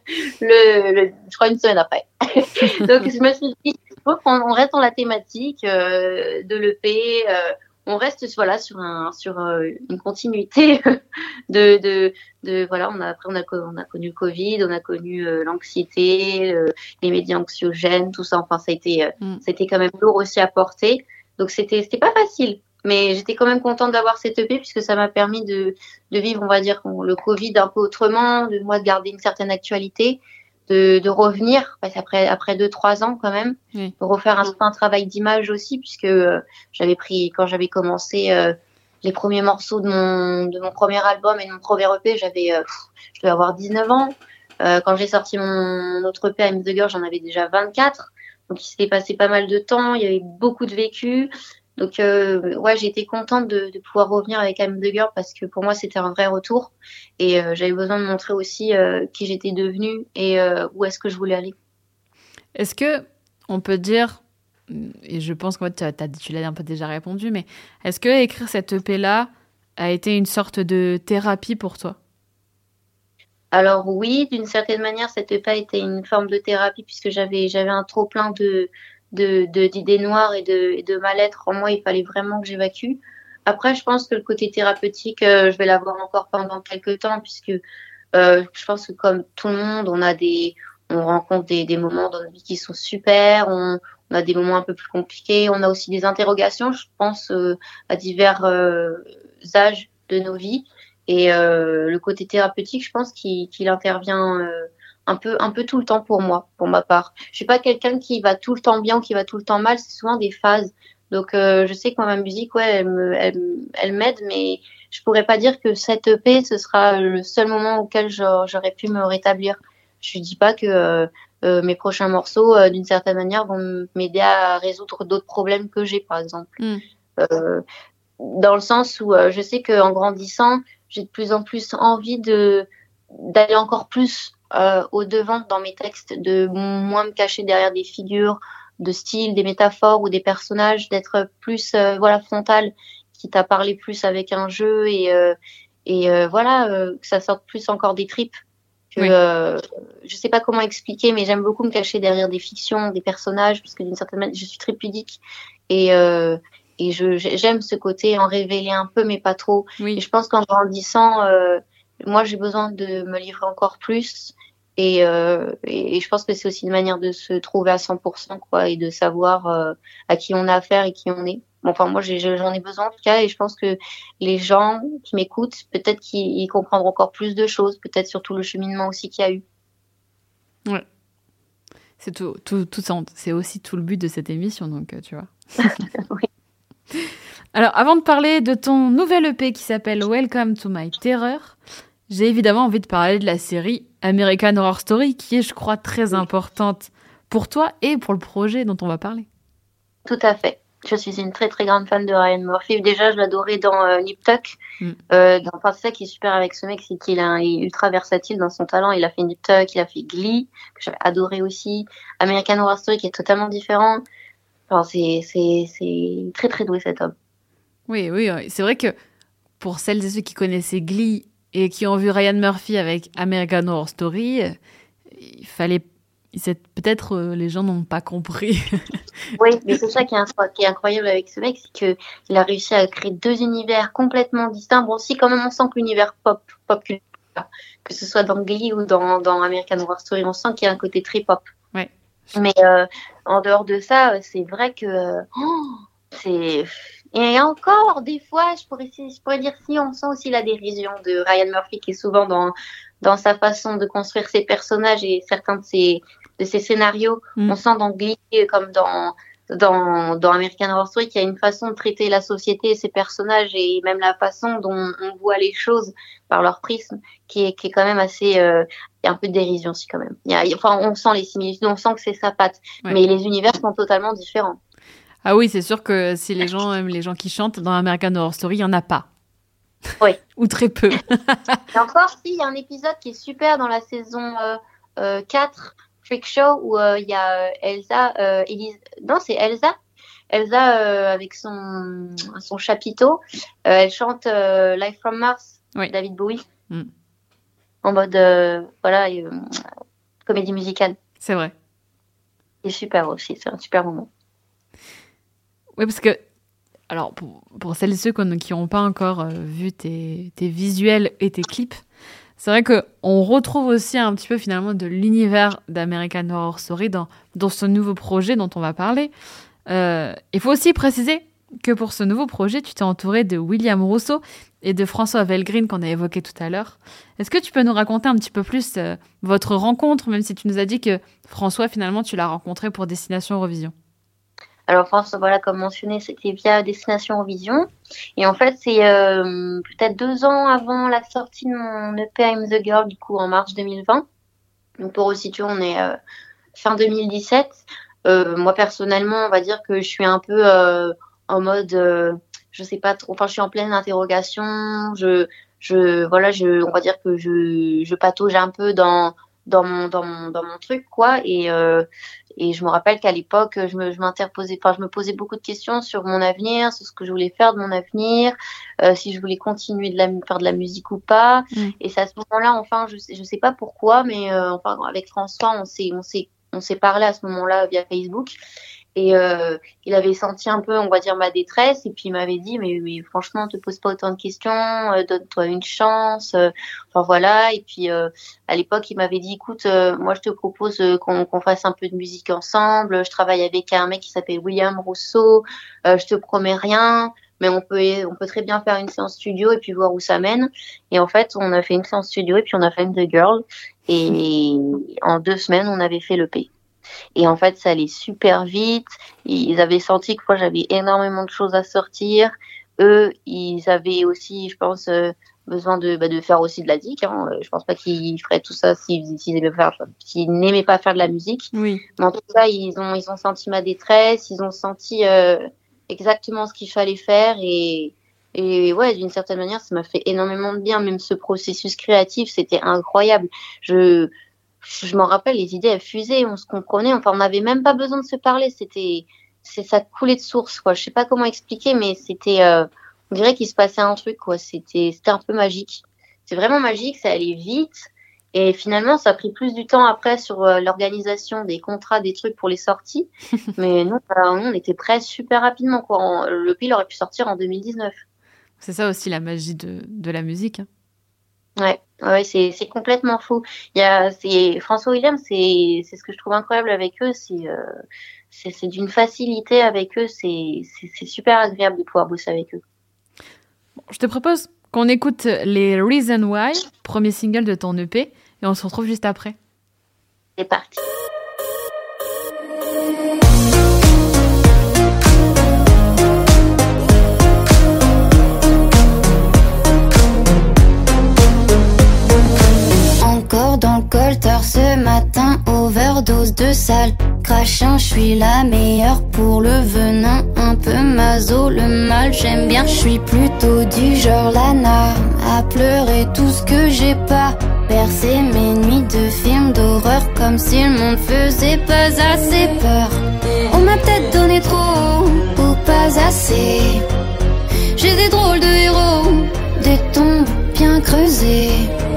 le, le, je crois une semaine après. Donc je me suis dit, on reste dans la thématique euh, de l'E P, euh, on reste voilà sur un sur euh, une continuité de de de voilà, on a après on a on a connu le Covid, on a connu euh, l'anxiété, euh, les médias anxiogènes, tout ça. Enfin, ça a été euh, mm. c'était quand même lourd aussi à porter. Donc c'était c'était pas facile, Mais j'étais quand même contente d'avoir cette E P puisque ça m'a permis de, de vivre, on va dire, le Covid un peu autrement, de moi de garder une certaine actualité, de, de revenir après après deux trois ans quand même, oui. de refaire un, un travail d'image aussi puisque euh, j'avais pris quand j'avais commencé euh, les premiers morceaux de mon de mon premier album et de mon premier E P, j'avais euh, je devais avoir dix-neuf ans. Euh, quand j'ai sorti mon autre E P I'm the Girl, j'en avais déjà vingt-quatre. Donc il s'était passé pas mal de temps, il y avait beaucoup de vécu. Donc euh, ouais, j'ai été contente de, de pouvoir revenir avec I'm the Girl parce que pour moi c'était un vrai retour et euh, j'avais besoin de montrer aussi euh, qui j'étais devenue et euh, où est-ce que je voulais aller. Est-ce que on peut dire, et je pense qu'en fait t'as, t'as, tu l'as un peu déjà répondu, mais est-ce que écrire cette E P là a été une sorte de thérapie pour toi? Alors oui, d'une certaine manière, cette E P a été une forme de thérapie puisque j'avais j'avais un trop plein de De, de, d'idées noires et de, et de mal-être en moi, il fallait vraiment que j'évacue. Après, je pense que le côté thérapeutique, euh, je vais l'avoir encore pendant quelques temps, puisque euh, je pense que comme tout le monde, on a des, on rencontre des, des moments dans notre vie qui sont super, on, on a des moments un peu plus compliqués, on a aussi des interrogations, je pense, euh, à divers euh, âges de nos vies. Et euh, le côté thérapeutique, je pense qu'il, qu'il intervient euh, un peu un peu tout le temps pour moi, pour ma part. Je suis pas quelqu'un qui va tout le temps bien ou qui va tout le temps mal, c'est souvent des phases. Donc euh, je sais que moi, ma musique, ouais, elle, me, elle, elle m'aide, mais je pourrais pas dire que cette E P ce sera le seul moment auquel j'aurais pu me rétablir. Je dis pas que euh, euh, mes prochains morceaux, euh, d'une certaine manière, vont m'aider à résoudre d'autres problèmes que j'ai, par exemple. Mm. Euh, dans le sens où euh, je sais qu'en grandissant, j'ai de plus en plus envie de d'aller encore plus Euh, au devant dans mes textes, de moins me cacher derrière des figures de style, des métaphores ou des personnages, d'être plus euh, voilà frontal, quitte à parler plus avec un jeu et euh, et euh, voilà euh, que ça sorte plus encore des tripes. Que oui. euh, je sais pas comment expliquer, mais j'aime beaucoup me cacher derrière des fictions, des personnages, parce que d'une certaine manière, je suis très pudique et euh, et je j'aime ce côté en révéler un peu, mais pas trop. Oui. Et je pense qu'en grandissant euh, moi, j'ai besoin de me livrer encore plus et, euh, et, et je pense que c'est aussi une manière de se trouver à cent pour cent, quoi, et de savoir euh, à qui on a affaire et qui on est. Bon, enfin, moi, j'ai, j'en ai besoin en tout cas et je pense que les gens qui m'écoutent, peut-être qu'ils ils comprendront encore plus de choses, peut-être surtout le cheminement aussi qu'il y a eu. Ouais. C'est tout, tout, tout ça. C'est aussi tout le but de cette émission, donc tu vois. Oui. Alors, avant de parler de ton nouvel E P qui s'appelle Welcome to My Terror, j'ai évidemment envie de parler de la série American Horror Story, qui est, je crois, très importante pour toi et pour le projet dont on va parler. Tout à fait. Je suis une très, très grande fan de Ryan Murphy. Déjà, je l'adorais dans euh, Nip Tuck. Mm. Euh, dans, enfin, c'est ça qui est super avec ce mec, c'est qu'il a, il est ultra versatile dans son talent. Il a fait Nip Tuck, il a fait Glee, que j'avais adoré aussi. American Horror Story, qui est totalement différent. Enfin, c'est, c'est, c'est très, très doué, cet homme. Oui, oui, c'est vrai que pour celles et ceux qui connaissaient Glee et qui ont vu Ryan Murphy avec American Horror Story, il fallait... Peut-être euh, les gens n'ont pas compris. Oui, mais c'est ça qui est, qui est incroyable avec ce mec, c'est qu'il a réussi à créer deux univers complètement distincts. Bon, si quand même on sent que l'univers pop, pop culture, que ce soit dans Glee ou dans, dans American Horror Story, on sent qu'il y a un côté très pop. Ouais. Mais euh, en dehors de ça, c'est vrai que oh, c'est... Et encore, des fois, je pourrais, je pourrais dire si on sent aussi la dérision de Ryan Murphy qui est souvent dans, dans sa façon de construire ses personnages et certains de ses, de ses scénarios. Mm. On sent dans Glee comme dans, dans, dans American Horror Story qu'il y a une façon de traiter la société et ses personnages et même la façon dont on voit les choses par leur prisme qui est, qui est quand même assez... Euh, il y a un peu de dérision aussi quand même. Il y a, enfin, on sent les similitudes, on sent que c'est sa patte. Ouais. Mais les univers sont totalement différents. Ah oui, c'est sûr que si les gens aiment les gens qui chantent, dans American Horror Story, il n'y en a pas. Oui. Ou très peu. Et encore, si, il y a un épisode qui est super dans la saison euh, euh, quatre, Freak Show, où il euh, y a Elsa, euh, Elise... non, c'est Elsa. Elsa, euh, avec son, son chapiteau, euh, elle chante euh, Live from Mars, oui. David Bowie, mm. en mode, euh, voilà, euh, comédie musicale. C'est vrai. C'est super aussi, c'est un super moment. Oui, parce que, alors, pour, pour celles et ceux qui n'ont pas encore euh, vu tes, tes visuels et tes clips, c'est vrai qu'on retrouve aussi un petit peu finalement de l'univers d'American Horror Story dans, dans ce nouveau projet dont on va parler. Euh, il faut aussi préciser que pour ce nouveau projet, tu t'es entouré de William Rousseau et de François Velgreen qu'on a évoqué tout à l'heure. Est-ce que tu peux nous raconter un petit peu plus euh, votre rencontre, même si tu nous as dit que François, finalement, tu l'as rencontré pour Destination Eurovision? Alors François, voilà, comme mentionné, c'était via Destination Eurovision. Et en fait, c'est euh, peut-être deux ans avant la sortie de mon E P I'm the Girl, du coup, en mars deux mille vingt. Donc pour resituer, on est euh, fin deux mille dix-sept. Euh, moi, personnellement, on va dire que je suis un peu euh, en mode, euh, je sais pas trop, enfin, je suis en pleine interrogation. Je, je, voilà, je, on va dire que je, je patauge un peu dans dans mon dans mon dans mon truc, quoi. Et euh, et je me rappelle qu'à l'époque, je me je m'interposais, enfin, je me posais beaucoup de questions sur mon avenir, sur ce que je voulais faire de mon avenir, euh, si je voulais continuer de la faire de la musique ou pas. Mmh. Et c'est à ce moment-là, enfin, je sais je sais pas pourquoi, mais euh, enfin, avec François, on s'est on s'est on s'est parlé à ce moment-là via Facebook. Et euh, il avait senti un peu, on va dire, ma détresse, et puis il m'avait dit, mais, mais franchement, te pose pas autant de questions, euh, donne-toi une chance, euh, enfin voilà. Et puis euh, à l'époque, il m'avait dit, écoute, euh, moi je te propose euh, qu'on, qu'on fasse un peu de musique ensemble. Je travaille avec un mec qui s'appelle William Rousseau. Euh, je te promets rien, mais on peut on peut très bien faire une séance studio et puis voir où ça mène. Et en fait, on a fait une séance studio et puis on a fait The Girl. Et en deux semaines, on avait fait l'E P. Et en fait, ça allait super vite. Ils avaient senti que moi, j'avais énormément de choses à sortir. Eux, ils avaient aussi, je pense, euh, besoin de, bah, de faire aussi de la dick. Hein. Je pense pas qu'ils feraient tout ça s'ils, s'ils aimaient faire, s'ils n'aimaient pas faire de la musique. Oui. Mais en tout cas, ils ont, ils ont senti ma détresse. Ils ont senti euh, exactement ce qu'il fallait faire. Et, et ouais, d'une certaine manière, ça m'a fait énormément de bien. Même ce processus créatif, c'était incroyable. Je Je m'en rappelle, les idées, elles fusaient, on se comprenait, enfin, on n'avait même pas besoin de se parler, c'était, c'est, ça coulait de source, quoi. Je sais pas comment expliquer, mais c'était, euh, on dirait qu'il se passait un truc, quoi. C'était, c'était un peu magique. C'est vraiment magique, ça allait vite. Et finalement, ça a pris plus du temps après sur euh, l'organisation des contrats, des trucs pour les sorties. Mais nous, euh, on était prêts super rapidement, quoi. On, le P, il aurait pu sortir en deux mille dix-neuf. C'est ça aussi la magie de, de la musique, hein. Ouais, ouais, c'est c'est complètement fou. Il y a c'est François William, c'est c'est ce que je trouve incroyable avec eux, c'est euh, c'est c'est d'une facilité avec eux, c'est c'est c'est super agréable de pouvoir bosser avec eux. Bon, je te propose qu'on écoute les Reason Why, premier single de ton E P, et on se retrouve juste après. C'est parti. Dans le colter ce matin, overdose de sale. Crachant, je suis la meilleure pour le venin. Un peu maso, le mal, j'aime bien. Je suis plutôt du genre Lana à pleurer tout ce que j'ai pas. Bercer mes nuits de films d'horreur comme si le monde faisait pas assez peur. On m'a peut-être donné trop ou pas assez. J'ai des drôles de héros, des tombes bien creusées.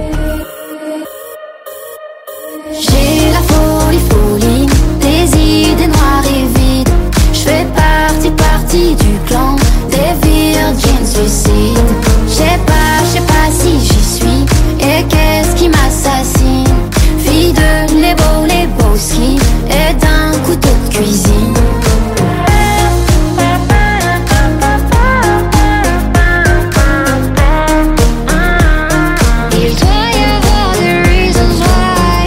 J'ai la folie, folie, des idées noires et vides. Je fais partie, partie du clan des virgins suicides. Je sais pas, je sais pas si j'y suis. Et qu'est-ce qui m'assassine? Fille de Lebo, Lebowski et d'un couteau de cuisine. Il doit y avoir des reasons why.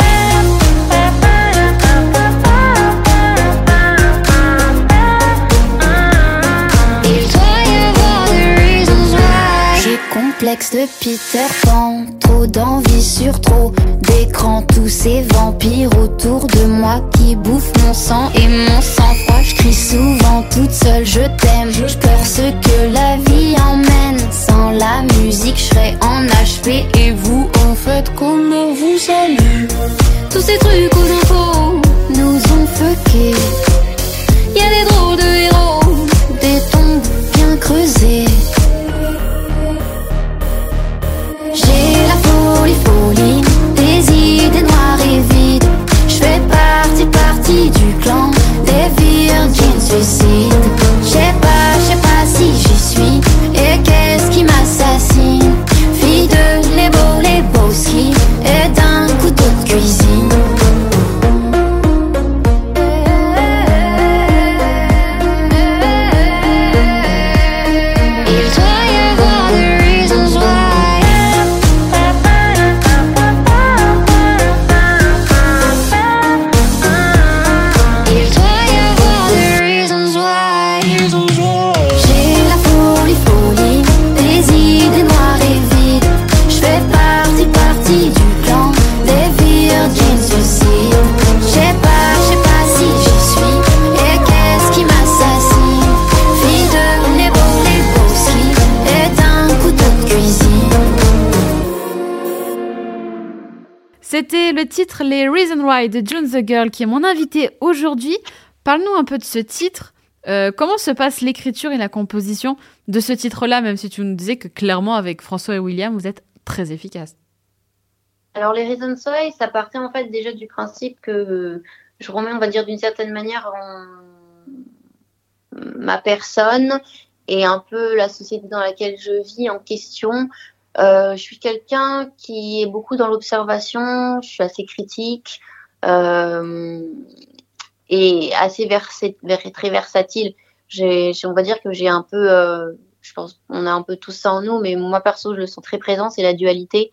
Il doit y avoir des reasons why. J'ai complexe de Peter Pan, trop d'envie sur trop d'écran, tous ces vampires autour de moi qui bouffent mon sang et mon sang-froid. Je crie souvent toute seule, je t'aime, je pleure ce que la vie emmène. Sans la musique, je serais en H P. Et vous, en fait, comment vous allez? Tous ces trucs aux infos nous ont fuckés. Y'a des drôles de héros, des tombes bien creusées. J'ai la folie, folie, des idées noires et vides. Je fais partie, partie du clan des virgins suicides. Je sais pas, je sais pas si j'y suis. Et qu'est-ce qui m'assassine? Fille de Lebo, Lebowski et d'un couteau de cuisine. C'était le titre Les Reasons Why de June the Girl qui est mon invité aujourd'hui. Parle-nous un peu de ce titre. Euh, comment se passe l'écriture et la composition de ce titre-là, même si tu nous disais que clairement avec François et William, vous êtes très efficaces. Alors les Reasons Why, ça partait en fait déjà du principe que je remets, on va dire d'une certaine manière, en ma personne et un peu la société dans laquelle je vis en question. Euh, je suis quelqu'un qui est beaucoup dans l'observation, je suis assez critique. Euh, et assez versé, très versatile. J'ai, on va dire que j'ai un peu, euh, je pense qu'on a un peu tout ça en nous, mais moi perso, je le sens très présent, c'est la dualité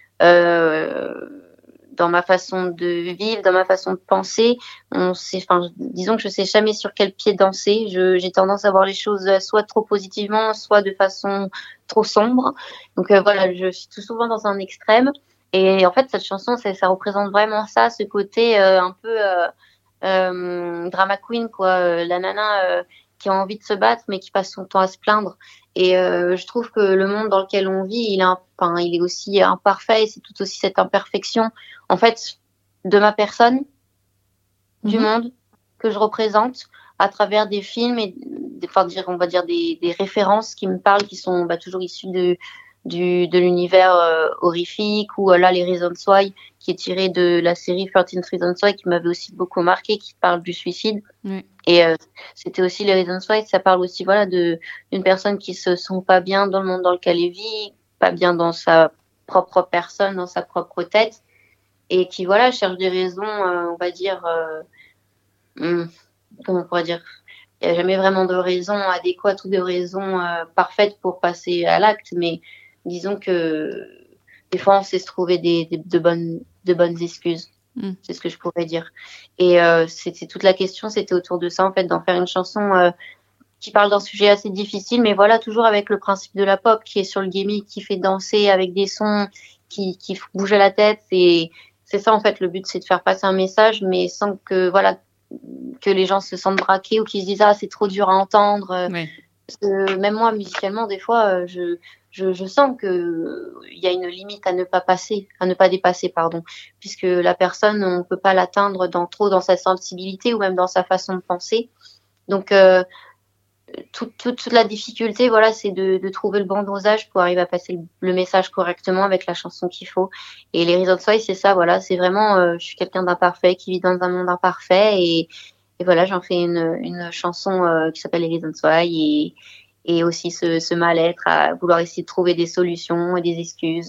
euh, dans ma façon de vivre, dans ma façon de penser. On sait, enfin, disons que je sais jamais sur quel pied danser. Je, j'ai tendance à voir les choses soit trop positivement, soit de façon trop sombre. Donc euh, voilà, je suis tout souvent dans un extrême. Et en fait, cette chanson, ça, ça représente vraiment ça, ce côté euh, un peu euh, Euh, drama queen, quoi, euh, la nana euh, qui a envie de se battre mais qui passe son temps à se plaindre. Et euh, je trouve que le monde dans lequel on vit, il est, un, enfin, il est aussi imparfait, et c'est tout aussi cette imperfection, en fait, de ma personne, mm-hmm. du monde que je représente à travers des films et, enfin, dire, on va dire des, des références qui me parlent, qui sont bah, toujours issues de du de l'univers euh, horrifique, ou euh, là les Reasons Why qui est tiré de la série thirteen Reasons Why qui m'avait aussi beaucoup marqué, qui parle du suicide. Oui. Et euh, c'était aussi les Reasons Why, ça parle aussi voilà de d'une personne qui se sent pas bien dans le monde dans lequel elle vit, pas bien dans sa propre personne, dans sa propre tête, et qui voilà cherche des raisons, euh, on va dire euh, hum, comment on pourrait dire, il n'y a jamais vraiment de raison adéquate ou de raison euh, parfaite pour passer à l'acte, mais disons que des fois, on sait se trouver des, des, de, bonnes, de bonnes excuses. Mm. C'est ce que je pourrais dire. Et euh, c'était toute la question, c'était autour de ça, en fait, d'en faire une chanson euh, qui parle d'un sujet assez difficile, mais voilà, toujours avec le principe de la pop, qui est sur le gimmick, qui fait danser avec des sons, qui, qui bouge à la tête. Et c'est ça, en fait, le but, c'est de faire passer un message, mais sans que, voilà, que les gens se sentent braqués ou qu'ils se disent « Ah, c'est trop dur à entendre. Oui. » Parce que même moi, musicalement, des fois, je... Je, je sens que il y a une limite à ne pas passer, à ne pas dépasser, pardon, puisque la personne, on peut pas l'atteindre dans trop dans sa sensibilité ou même dans sa façon de penser. Donc, euh, toute, toute, toute la difficulté, voilà, c'est de, de trouver le bon dosage pour arriver à passer le, le message correctement avec la chanson qu'il faut. Et les Reasons Why, c'est ça, voilà, c'est vraiment, euh, je suis quelqu'un d'imparfait qui vit dans un monde imparfait, et, et voilà, j'en fais une, une chanson euh, qui s'appelle les Reasons Why, et et aussi ce, ce mal-être à vouloir essayer de trouver des solutions et des excuses.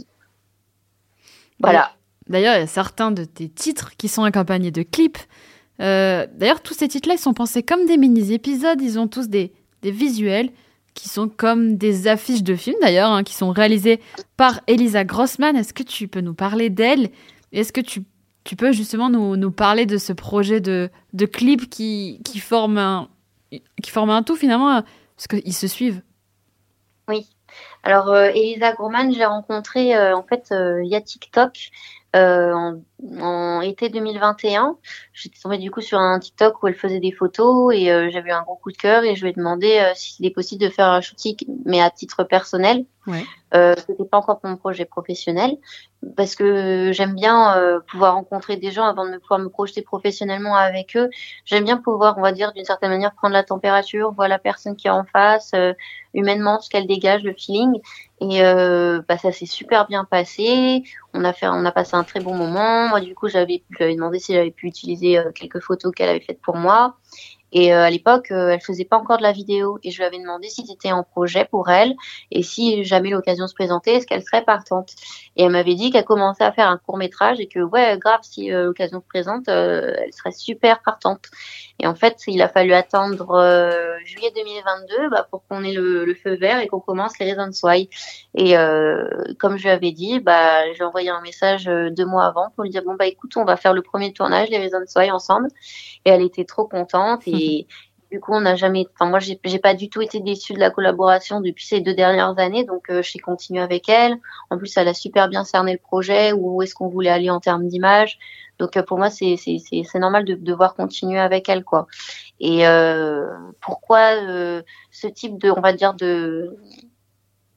Voilà. D'ailleurs, il y a certains de tes titres qui sont accompagnés de clips. Euh, d'ailleurs, tous ces titres-là, ils sont pensés comme des mini-épisodes. Ils ont tous des, des visuels qui sont comme des affiches de films, d'ailleurs, hein, qui sont réalisés par Elisa Grossman. Est-ce que tu peux nous parler d'elle ? Est-ce que tu, tu peux justement nous, nous parler de ce projet de, de clips qui, qui, forme un, qui forme un tout, finalement, parce qu'ils se suivent. Oui. Alors, euh, Elisa Grossman, je l'ai rencontrée euh, en fait euh, via TikTok euh, en, en été deux mille vingt et un. J'étais tombée du coup sur un TikTok où elle faisait des photos et euh, j'avais eu un gros coup de cœur et je lui ai demandé euh, s'il est possible de faire un shooting, mais à titre personnel. Ouais. Euh, c'était pas encore pour mon projet professionnel parce que j'aime bien euh, pouvoir rencontrer des gens avant de me pouvoir me projeter professionnellement avec eux. J'aime bien pouvoir, on va dire, d'une certaine manière prendre la température, voir la personne qui est en face, euh, humainement ce qu'elle dégage, le feeling. Et euh, bah ça s'est super bien passé. On a fait, on a passé un très bon moment. Moi du coup j'avais, j'avais demandé si j'avais pu utiliser euh, quelques photos qu'elle avait faites pour moi. Et euh, à l'époque, euh, elle faisait pas encore de la vidéo et je lui avais demandé si c'était un projet pour elle et si jamais l'occasion se présentait, est-ce qu'elle serait partante. Et elle m'avait dit qu'elle commençait à faire un court-métrage et que ouais, grave, si euh, l'occasion se présente, euh, elle serait super partante. Et en fait, il a fallu attendre euh, juillet deux mille vingt-deux bah, pour qu'on ait le, le feu vert et qu'on commence les Reasons Why. Et euh, comme je lui avais dit, bah, j'ai envoyé un message euh, deux mois avant pour lui dire bon bah écoute, on va faire le premier tournage les Reasons Why ensemble. Et elle était trop contente et Et du coup, on n'a jamais, enfin, moi, j'ai, j'ai pas du tout été déçue de la collaboration depuis ces deux dernières années. Donc, euh, j'ai continué avec elle. En plus, elle a super bien cerné le projet, où est-ce qu'on voulait aller en termes d'image. Donc, euh, pour moi, c'est, c'est, c'est, c'est normal de, de devoir continuer avec elle, quoi. Et, euh, pourquoi, euh, ce type de, on va dire, de,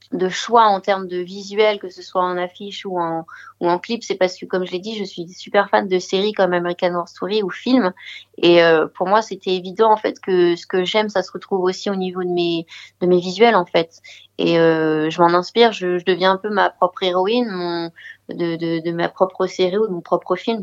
de choix en termes de visuel, que ce soit en affiche ou en ou en clip, c'est parce que, comme je l'ai dit, je suis super fan de séries comme American Horror Story ou films, et euh, pour moi c'était évident en fait que ce que j'aime, ça se retrouve aussi au niveau de mes de mes visuels en fait, et euh, je m'en inspire, je, je deviens un peu ma propre héroïne, mon de, de de ma propre série ou de mon propre film.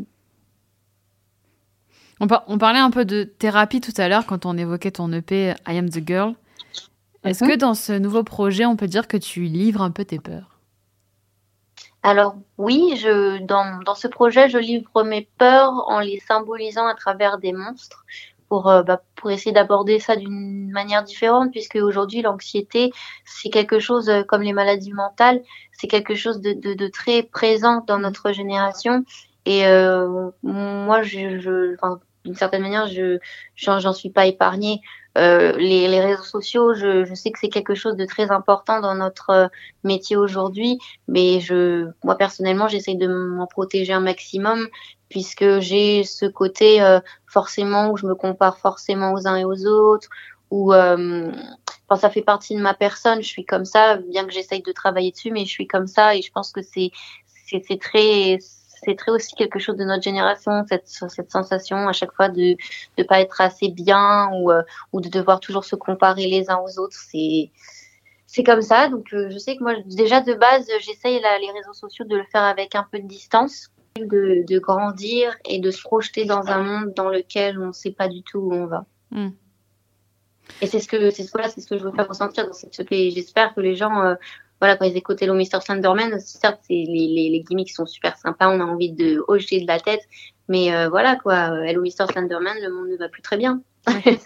On, par- on parlait un peu de thérapie tout à l'heure quand on évoquait ton E P I Am the Girl. Est-ce que dans ce nouveau projet, on peut dire que tu livres un peu tes peurs ? Alors oui, je, dans, dans ce projet, je livre mes peurs en les symbolisant à travers des monstres pour, euh, bah, pour essayer d'aborder ça d'une manière différente, puisque aujourd'hui, l'anxiété, c'est quelque chose, euh, comme les maladies mentales, c'est quelque chose de, de, de très présent dans notre génération. Et euh, moi, je, je, enfin, d'une certaine manière, je j'en, j'en suis pas épargnée. Euh, les, les réseaux sociaux, je, je sais que c'est quelque chose de très important dans notre métier aujourd'hui, mais je, moi personnellement, j'essaye de m'en protéger un maximum, puisque j'ai ce côté euh, forcément où je me compare forcément aux uns et aux autres, où euh, enfin, ça fait partie de ma personne. Je suis comme ça, bien que j'essaye de travailler dessus, mais je suis comme ça, et je pense que c'est c'est, c'est très c'est très aussi quelque chose de notre génération, cette cette sensation à chaque fois de de pas être assez bien, ou euh, ou de devoir toujours se comparer les uns aux autres. C'est c'est comme ça. Donc euh, je sais que moi déjà de base, j'essaye là, les réseaux sociaux de le faire avec un peu de distance, de de grandir et de se projeter dans un monde dans lequel on ne sait pas du tout où on va. Mm. Et c'est ce que c'est voilà, c'est ce que je veux faire ressentir dans cette E P. J'espère que les gens euh, voilà, quand ils écoutent Hello mister Slenderman, certes, c'est, les, les, les gimmicks sont super sympas, on a envie de hocher de la tête, mais euh, voilà, quoi, Hello mister Slenderman, le monde ne va plus très bien. Ouais.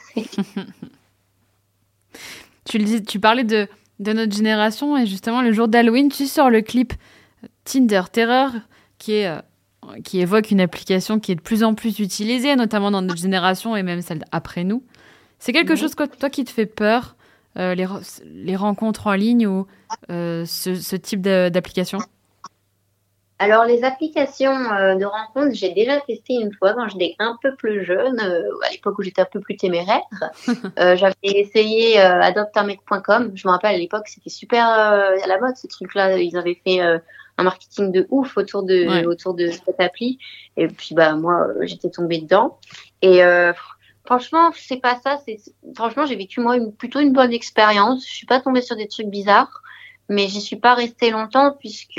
tu, le dis, tu parlais de, de notre génération, et justement, le jour d'Halloween, tu sors le clip Tinder Terror, qui, est, euh, qui évoque une application qui est de plus en plus utilisée, notamment dans notre génération, et même celle après nous. C'est quelque oui. chose, quoi, toi, qui te fait peur, Euh, les, les rencontres en ligne ou euh, ce, ce type de, d'application? Alors, les applications euh, de rencontres, j'ai déjà testé une fois quand j'étais un peu plus jeune, euh, à l'époque où j'étais un peu plus téméraire. euh, j'avais essayé euh, adopt un mec point com. Je me rappelle, à l'époque, c'était super euh, à la mode, ce truc-là. Ils avaient fait euh, un marketing de ouf autour de, ouais. autour de cette appli. Et puis, bah, moi, j'étais tombée dedans. Et... Euh, Franchement, c'est pas ça. C'est franchement, j'ai vécu moi une, plutôt une bonne expérience. Je suis pas tombée sur des trucs bizarres, mais j'y suis pas restée longtemps puisque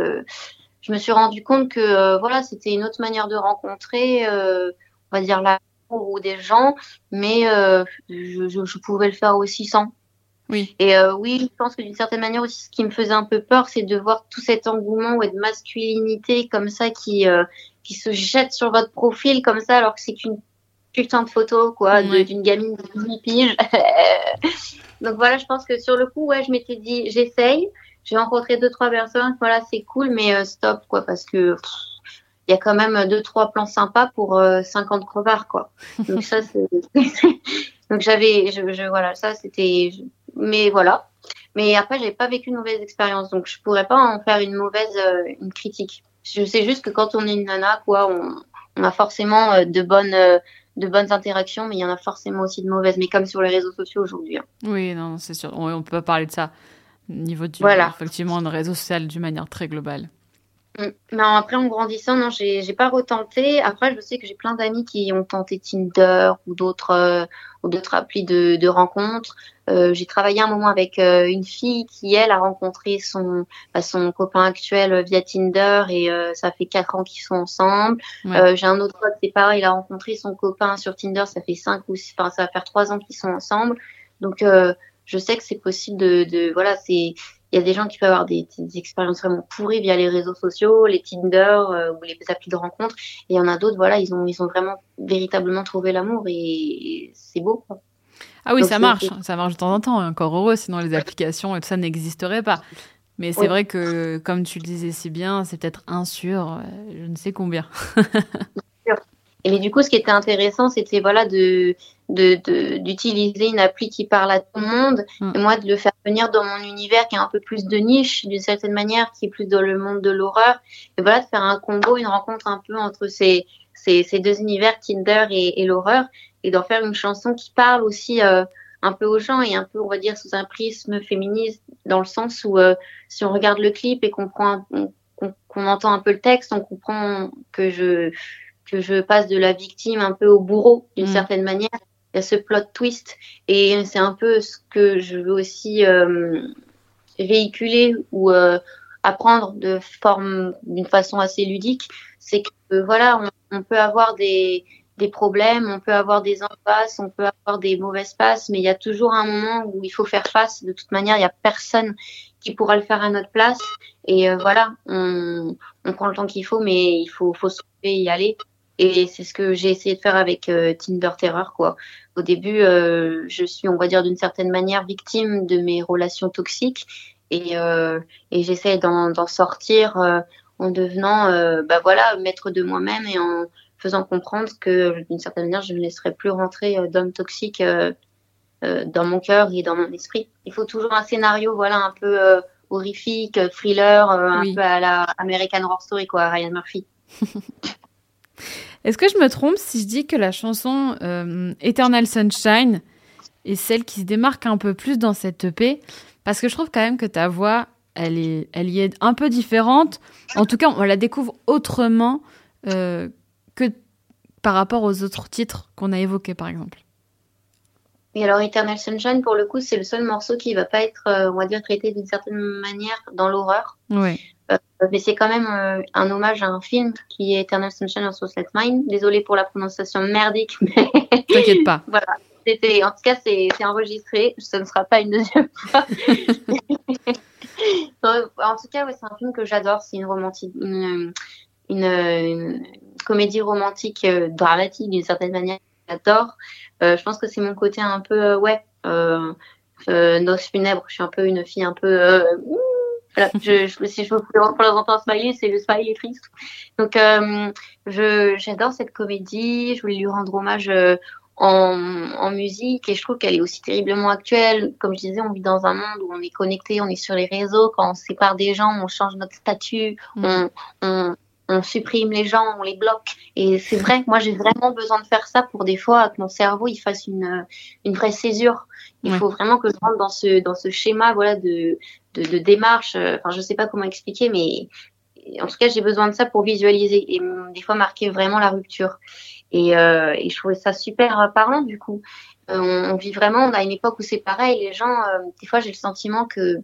je me suis rendu compte que euh, voilà, c'était une autre manière de rencontrer, euh, on va dire l'amour ou des gens, mais euh, je, je, je pouvais le faire aussi sans. Oui. Et euh, oui, je pense que d'une certaine manière aussi, ce qui me faisait un peu peur, c'est de voir tout cet engouement ouais, de masculinité comme ça qui euh, qui se jette sur votre profil comme ça, alors que c'est qu'une putain de photos, quoi, de, d'une gamine de dix piges. Donc voilà, je pense que sur le coup, ouais, je m'étais dit, j'essaye. J'ai rencontré deux, trois personnes, voilà, c'est cool, mais euh, stop, quoi, parce que il y a quand même deux, trois plans sympas pour euh, cinquante crevards, quoi. Donc ça, c'est... Donc j'avais, je, je, voilà, ça, c'était... Mais voilà. Mais après, j'avais pas vécu une mauvaise expérience, donc je pourrais pas en faire une mauvaise, euh, une critique. Je sais juste que quand on est une nana, quoi, on, on a forcément euh, de bonnes... Euh, de bonnes interactions, mais il y en a forcément aussi de mauvaises, mais comme sur les réseaux sociaux aujourd'hui. Hein. Oui, non, c'est sûr. On ne peut pas parler de ça au niveau du, voilà. effectivement, de réseau social d'une manière très globale. Mmh. Non, après, en grandissant, non, j'ai, j'ai pas retenté. Après, je sais que j'ai plein d'amis qui ont tenté Tinder ou d'autres, euh, ou d'autres applis de, de rencontres. Euh, j'ai travaillé un moment avec euh, une fille qui, elle, a rencontré son, bah, son copain actuel via Tinder et euh, ça fait quatre ans qu'ils sont ensemble. Ouais. Euh, j'ai un autre pote, c'est pareil, il a rencontré son copain sur Tinder, ça fait cinq ou six, enfin, ça va faire trois ans qu'ils sont ensemble. Donc, euh, je sais que c'est possible de, de voilà, c'est, il y a des gens qui peuvent avoir des, des expériences vraiment pourries via les réseaux sociaux, les Tinder euh, ou les applis de rencontre. Et il y en a d'autres, voilà, ils ont, ils ont vraiment véritablement trouvé l'amour et, et c'est beau, quoi. Ah oui, donc, ça marche, c'est... ça marche de temps en temps, encore heureux, sinon les applications et tout ça n'existeraient pas. Mais c'est oui. vrai que, comme tu le disais si bien, c'est peut-être un sur euh, je ne sais combien. Et mais du coup, ce qui était intéressant, c'était voilà de, de, de d'utiliser une appli qui parle à tout le monde, mmh. et moi de le faire venir dans mon univers qui est un peu plus de niche, d'une certaine manière, qui est plus dans le monde de l'horreur. Et voilà, de faire un combo, une rencontre un peu entre ces ces, ces deux univers, Tinder et, et l'horreur, et d'en faire une chanson qui parle aussi euh, un peu aux gens et un peu, on va dire, sous un prisme féministe, dans le sens où euh, si on regarde le clip et qu'on prend, un, qu'on, qu'on entend un peu le texte, on comprend que je que je passe de la victime un peu au bourreau d'une mmh. certaine manière. Il y a ce plot twist et c'est un peu ce que je veux aussi euh, véhiculer ou euh, apprendre de forme d'une façon assez ludique, c'est que euh, voilà, on, on peut avoir des des problèmes, on peut avoir des impasses, on peut avoir des mauvaises passes, mais il y a toujours un moment où il faut faire face. De toute manière, il y a personne qui pourra le faire à notre place. Et euh, voilà, on, on prend le temps qu'il faut, mais il faut, faut se trouver et y aller. Et c'est ce que j'ai essayé de faire avec euh, Tinder Terror, quoi. Au début, euh, je suis, on va dire, d'une certaine manière victime de mes relations toxiques, et, euh, et j'essaie d'en, d'en sortir euh, en devenant, euh, bah voilà, maître de moi-même et en faisant comprendre que d'une certaine manière, je ne laisserai plus rentrer euh, d'hommes toxiques euh, euh, dans mon cœur et dans mon esprit. Il faut toujours un scénario, voilà, un peu euh, horrifique, thriller, euh, oui. un peu à la American Horror Story, quoi, Ryan Murphy. Est-ce que je me trompe si je dis que la chanson euh, Eternal Sunshine est celle qui se démarque un peu plus dans cette E P? Parce que je trouve quand même que ta voix, elle, est, elle y est un peu différente. En tout cas, on la découvre autrement euh, que par rapport aux autres titres qu'on a évoqués, par exemple. Et alors, Eternal Sunshine, pour le coup, c'est le seul morceau qui ne va pas être, euh, on va dire, traité d'une certaine manière dans l'horreur. Oui. Euh, mais c'est quand même euh, un hommage à un film qui est Eternal Sunshine of the Spotless Mind. Désolée pour la prononciation merdique, mais... T'inquiète pas. Voilà. C'était, en tout cas, c'est, c'est enregistré. Ce ne sera pas une deuxième fois. En tout cas, ouais, c'est un film que j'adore. C'est une romantique, une, une, une comédie romantique euh, dramatique d'une certaine manière. J'adore. Euh, je pense que c'est mon côté un peu, euh, ouais, euh, euh, noces funèbres. Je suis un peu une fille un peu. Euh, voilà, je, je, si je veux représenter un smiley, c'est le smiley triste. Donc, euh, je, j'adore cette comédie. Je voulais lui rendre hommage. Euh, En, en musique et je trouve qu'elle est aussi terriblement actuelle. Comme je disais, on vit dans un monde où on est connecté, on est sur les réseaux. Quand on se sépare des gens, on change notre statut, mmh. on, on, on supprime les gens, on les bloque. Et c'est vrai, moi j'ai vraiment besoin de faire ça pour des fois que mon cerveau il fasse une, une vraie césure. Il ouais. faut vraiment que je rentre dans ce, dans ce schéma voilà, de, de, de démarche. Enfin, je sais pas comment expliquer, mais en tout cas, j'ai besoin de ça pour visualiser et des fois marquer vraiment la rupture. Et, euh, et je trouvais ça super parlant du coup. Euh, on, on vit vraiment, on a une époque où c'est pareil. Les gens, euh, des fois, j'ai le sentiment que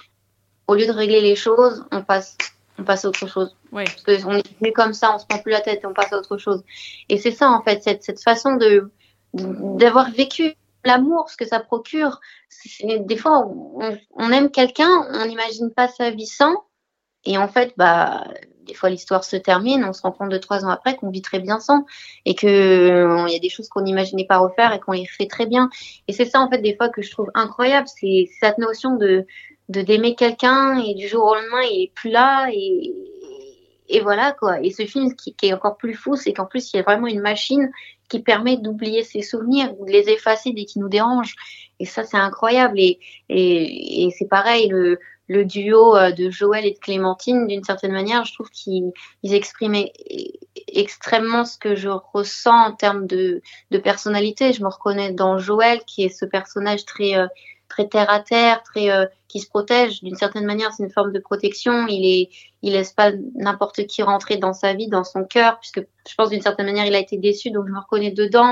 au lieu de régler les choses, on passe, on passe à autre chose. Oui. Parce que on est venu comme ça, on se prend plus la tête et on passe à autre chose. Et c'est ça en fait, cette, cette façon de, de d'avoir vécu l'amour, ce que ça procure. C'est, des fois, on, on aime quelqu'un, on n'imagine pas sa vie sans. Et en fait, bah, des fois, l'histoire se termine, on se rend compte deux, trois ans après qu'on vit très bien sans et que il euh, y a des choses qu'on n'imaginait pas refaire et qu'on les fait très bien. Et c'est ça, en fait, des fois que je trouve incroyable, c'est cette notion de, de d'aimer quelqu'un et du jour au lendemain, il est plus là et, et voilà, quoi. Et ce film, qui, qui est encore plus fou, c'est qu'en plus, il y a vraiment une machine qui permet d'oublier ses souvenirs ou de les effacer dès qu'ils nous dérangent. Et ça, c'est incroyable. Et, et, et c'est pareil, le, le duo de Joël et de Clémentine, d'une certaine manière, je trouve qu'ils ils exprimaient extrêmement ce que je ressens en termes de, de personnalité. Je me reconnais dans Joël, qui est ce personnage très, euh, très terre à terre, très, euh, qui se protège. D'une certaine manière, c'est une forme de protection. Il est, il laisse pas n'importe qui rentrer dans sa vie, dans son cœur, puisque je pense d'une certaine manière, il a été déçu, donc je me reconnais dedans.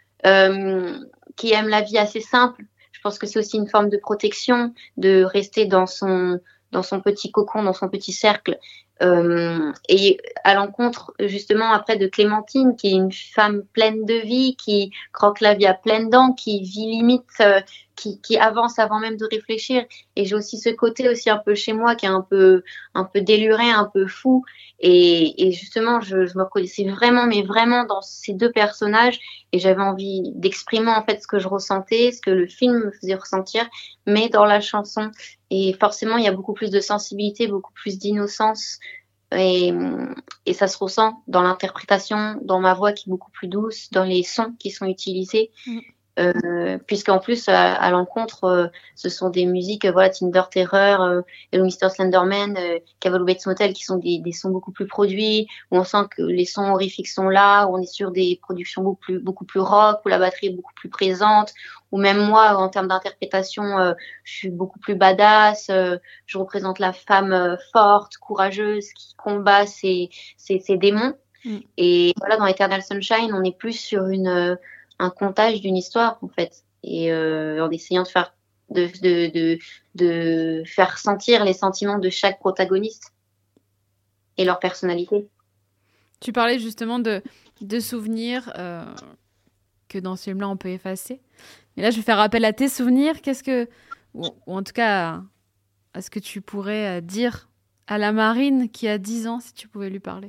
Euh, qui aime la vie assez simple. Je pense que c'est aussi une forme de protection, de rester dans son, dans son petit cocon, dans son petit cercle. Euh, et à l'encontre, justement, après de Clémentine, qui est une femme pleine de vie, qui croque la vie à pleines dents, qui vit limite, euh, qui, qui avance avant même de réfléchir. Et j'ai aussi ce côté aussi un peu chez moi, qui est un peu, un peu déluré, un peu fou. Et, et justement, je, je me reconnaissais vraiment, mais vraiment dans ces deux personnages. Et j'avais envie d'exprimer en fait ce que je ressentais, ce que le film me faisait ressentir, mais dans la chanson. Et forcément, il y a beaucoup plus de sensibilité, beaucoup plus d'innocence. Et, et ça se ressent dans l'interprétation, dans ma voix qui est beaucoup plus douce, dans les sons qui sont utilisés. Mmh. Euh, puisqu'en plus à, à l'encontre euh, ce sont des musiques euh, voilà Tinder Terror, euh, Hello mister Slenderman, euh, Cavallo Bates Motel qui sont des, des sons beaucoup plus produits, où on sent que les sons horrifiques sont là, où on est sur des productions beaucoup plus beaucoup plus rock, où la batterie est beaucoup plus présente, ou même moi en termes d'interprétation euh, je suis beaucoup plus badass, euh, je représente la femme euh, forte, courageuse qui combat ses ses, ses démons. Mm. Et voilà, dans Eternal Sunshine on est plus sur une euh, un contage d'une histoire en fait, et euh, en essayant de faire de, de de de faire sentir les sentiments de chaque protagoniste et leur personnalité. Tu parlais justement de de souvenirs euh, que dans ce film-là on peut effacer. Et là je vais faire appel à tes souvenirs. Qu'est-ce que, ou, ou en tout cas à, à ce que tu pourrais dire à la Marine qui a dix ans si tu pouvais lui parler.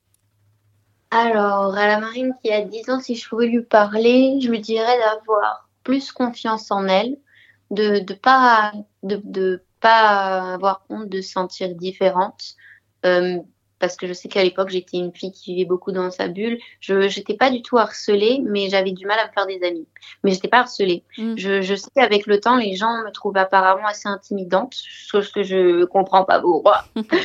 Alors, à la Marine qui a dix ans, si je pouvais lui parler, je lui dirais d'avoir plus confiance en elle, de de pas de de pas avoir honte de se sentir différente, euh, parce que je sais qu'à l'époque j'étais une fille qui vivait beaucoup dans sa bulle. Je j'étais pas du tout harcelée, mais j'avais du mal à me faire des amis. Mais j'étais pas harcelée. Mmh. Je je sais qu'avec le temps les gens me trouvent apparemment assez intimidante, chose que je comprends pas pourquoi.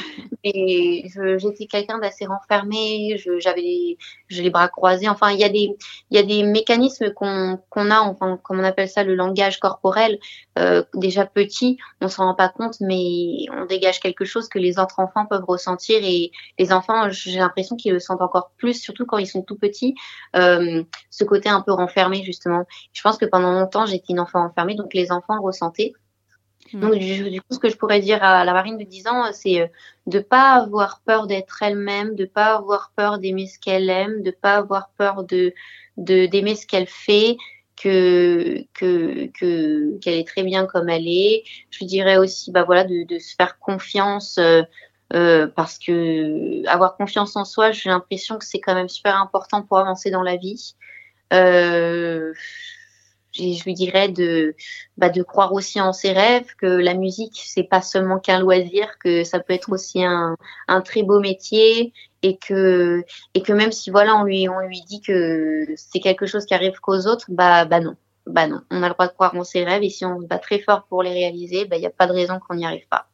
Et je, j'étais quelqu'un d'assez renfermé, je, j'avais les, j'ai les bras croisés. Enfin, il y a des, il y a des mécanismes qu'on, qu'on a, enfin, comme on appelle ça, le langage corporel, euh, déjà petit, on s'en rend pas compte, mais on dégage quelque chose que les autres enfants peuvent ressentir. Et les enfants, j'ai l'impression qu'ils le sentent encore plus, surtout quand ils sont tout petits, euh, ce côté un peu renfermé, justement. Je pense que pendant longtemps, j'étais une enfant renfermée, donc les enfants le ressentaient. Donc, du, du coup, ce que je pourrais dire à la Marine de dix ans, c'est de pas avoir peur d'être elle-même, de pas avoir peur d'aimer ce qu'elle aime, de pas avoir peur de, de, d'aimer ce qu'elle fait, que, que, que, qu'elle est très bien comme elle est. Je dirais aussi, bah voilà, de, de se faire confiance, euh, euh, parce que avoir confiance en soi, j'ai l'impression que c'est quand même super important pour avancer dans la vie. Euh, je lui dirais de bah de croire aussi en ses rêves, que la musique c'est pas seulement qu'un loisir, que ça peut être aussi un un très beau métier, et que et que même si voilà on lui on lui dit que c'est quelque chose qui arrive qu'aux autres, bah bah non bah non on a le droit de croire en ses rêves, et si on se bat très fort pour les réaliser, bah il y a pas de raison qu'on n'y arrive pas.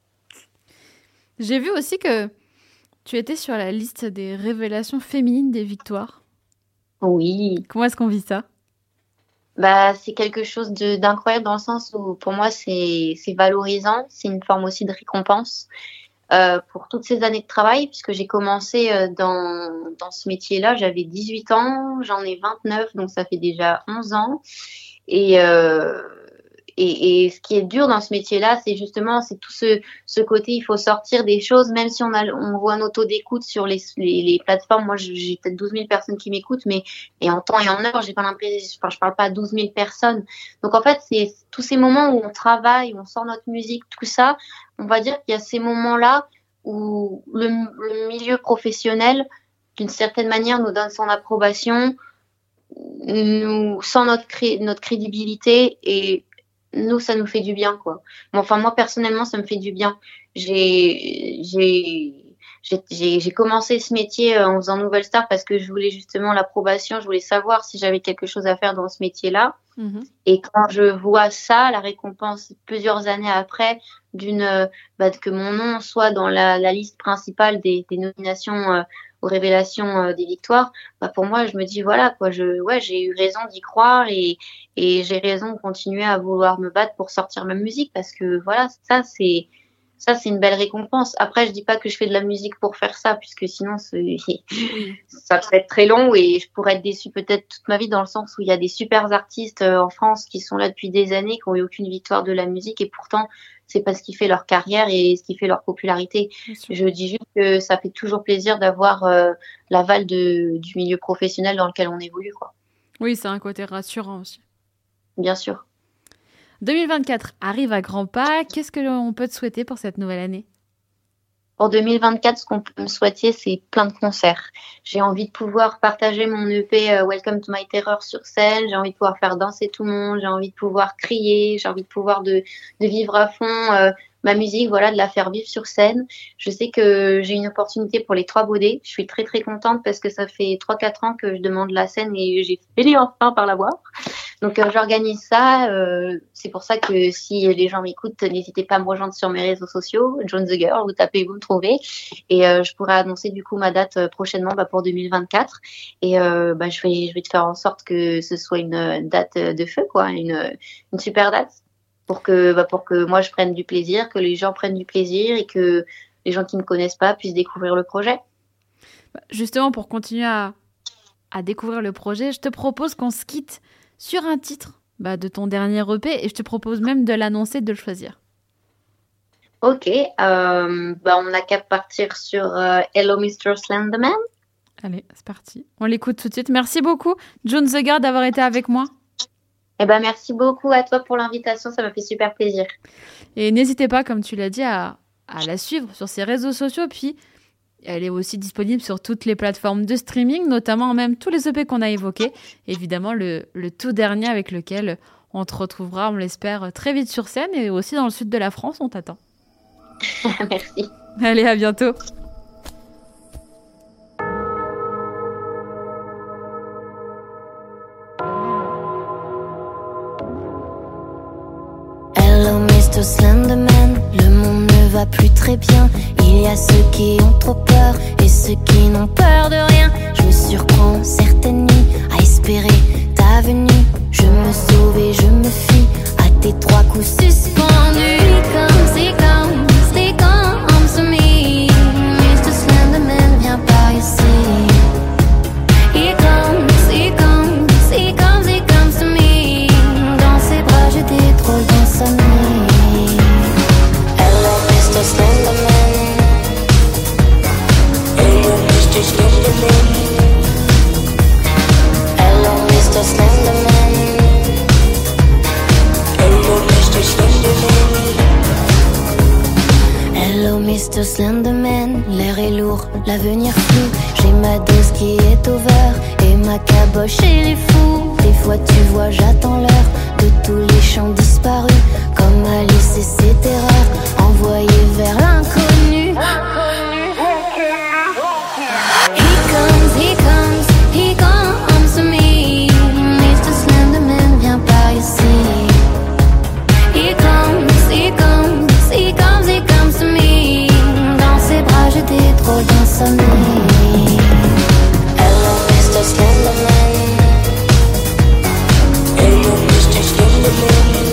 J'ai vu aussi que tu étais sur la liste des révélations féminines des victoires. Oui. Comment est-ce qu'on vit ça? Bah, c'est quelque chose de, d'incroyable dans le sens où, pour moi, c'est, c'est valorisant. C'est une forme aussi de récompense, euh, pour toutes ces années de travail, puisque j'ai commencé euh, dans, dans ce métier-là. J'avais dix-huit ans, j'en ai vingt-neuf, donc ça fait déjà onze ans. Et, euh, et, et ce qui est dur dans ce métier-là, c'est justement, c'est tout ce, ce côté, il faut sortir des choses, même si on a, on voit un auto d'écoute sur les, les, les plateformes. Moi, j'ai peut-être douze mille personnes qui m'écoutent, mais, et en temps et en heure, j'ai pas l'impression, enfin, je parle pas à douze mille personnes. Donc, en fait, c'est tous ces moments où on travaille, où on sort notre musique, tout ça. On va dire qu'il y a ces moments-là où le, le milieu professionnel, d'une certaine manière, nous donne son approbation, nous, sans notre cré, notre crédibilité, et nous, ça nous fait du bien, quoi. Bon, enfin, moi, personnellement, ça me fait du bien. J'ai, j'ai, j'ai, j'ai, j'ai commencé ce métier en faisant Nouvelle Star parce que je voulais justement l'approbation, je voulais savoir si j'avais quelque chose à faire dans ce métier-là. Mmh. Et quand je vois ça, la récompense plusieurs années après, d'une, bah, que mon nom soit dans la, la liste principale des, des nominations euh, aux révélations euh, des victoires, bah pour moi je me dis voilà quoi, je ouais j'ai eu raison d'y croire, et et j'ai raison de continuer à vouloir me battre pour sortir ma musique, parce que voilà, ça c'est ça c'est une belle récompense. Après je dis pas que je fais de la musique pour faire ça, puisque sinon c'est, ça peut être très long et je pourrais être déçue peut-être toute ma vie, dans le sens où il y a des super artistes en France qui sont là depuis des années, qui ont eu aucune victoire de la musique, et pourtant c'est pas ce qui fait leur carrière et ce qui fait leur popularité. Je dis juste que ça fait toujours plaisir d'avoir euh, l'aval de, du milieu professionnel dans lequel on évolue, quoi. Oui, c'est un côté rassurant aussi. Bien sûr. deux mille vingt-quatre arrive à grands pas. Qu'est-ce que l'on peut te souhaiter pour cette nouvelle année ? Pour deux mille vingt-quatre, ce qu'on peut me souhaiter, c'est plein de concerts. J'ai envie de pouvoir partager mon E P euh, Welcome to My Terror sur scène. J'ai envie de pouvoir faire danser tout le monde. J'ai envie de pouvoir crier. J'ai envie de pouvoir de, de vivre à fond euh, ma musique, voilà, de la faire vivre sur scène. Je sais que j'ai une opportunité pour les Trois Baudets. Je suis très très contente parce que ça fait trois quatre ans que je demande la scène et j'ai fini enfin par l'avoir. Donc euh, j'organise ça. Euh, c'est pour ça que si les gens m'écoutent, n'hésitez pas à me rejoindre sur mes réseaux sociaux, Joan the Girl, vous tapez, vous me trouvez. Et euh, je pourrai annoncer du coup ma date euh, prochainement bah, pour deux mille vingt-quatre. Et euh, bah, je vais je vais te faire en sorte que ce soit une date de feu, quoi, une une super date pour que bah, pour que moi je prenne du plaisir, que les gens prennent du plaisir et que les gens qui me connaissent pas puissent découvrir le projet. Justement, pour continuer à, à découvrir le projet, je te propose qu'on se quitte sur un titre bah, de ton dernier E P et je te propose même de l'annoncer, de le choisir. Ok, euh, bah, on n'a qu'à partir sur euh, Hello mister Slenderman. Allez, c'est parti. On l'écoute tout de suite. Merci beaucoup, Joan the Girl, d'avoir été avec moi. Eh ben, merci beaucoup à toi pour l'invitation, ça m'a fait super plaisir. Et n'hésitez pas, comme tu l'as dit, à, à la suivre sur ses réseaux sociaux. Puis, elle est aussi disponible sur toutes les plateformes de streaming, notamment même tous les E P qu'on a évoqués. Évidemment, le, le tout dernier avec lequel on te retrouvera, on l'espère, très vite sur scène et aussi dans le sud de la France. On t'attend. Merci. Allez, à bientôt. Hello mister Slenderman, le monde ne va plus très bien. Il y a ceux qui ont trop peur et ceux qui n'ont peur de rien. Je me surprends certaines nuits à espérer ta venue. Je me sauve et je me fuis à tes trois coups suspendus. He comes, he comes, he comes to me. mister Slenderman, viens par ici. He comes, he comes, he comes, he comes to me. Dans ses bras j'ai des drôles d'insomnie. Hello mister Slenderman. Hello mister Slenderman. Hello mister Slenderman. Hello mister Slenderman. Hello mister Slenderman. L'air est lourd, l'avenir flou. J'ai ma dose qui est over et ma caboche et les fous. Des fois tu vois j'attends l'heure de tous les champs disparus. Comme Alice et ses terreurs envoyées vers l'inconnu. He comes, he comes, he comes to me. mister Slenderman, viens par ici. He comes, he comes, he comes, he comes to me. Dans ses bras j'ai des drôles d'insomnie. Hello mister Slenderman. Hello mister Slenderman.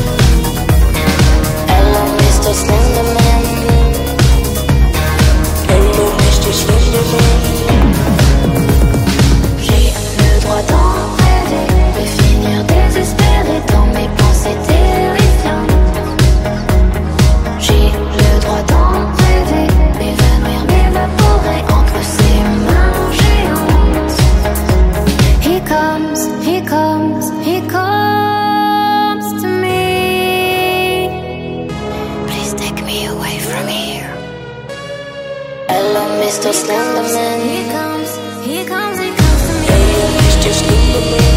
Hello mister Slenderman. Hello mister Slenderman. J'ai le droit d'en rêver, de finir désespéré dans mes pensées terrifiantes. J'ai le droit d'en rêver, m'évanouir, m'évaporer entre ses mains géantes. He comes, he comes, he comes to me. Please take me away from here. Hello mister Slenderman. He comes, he comes, he comes to me. Hello mister Slenderman.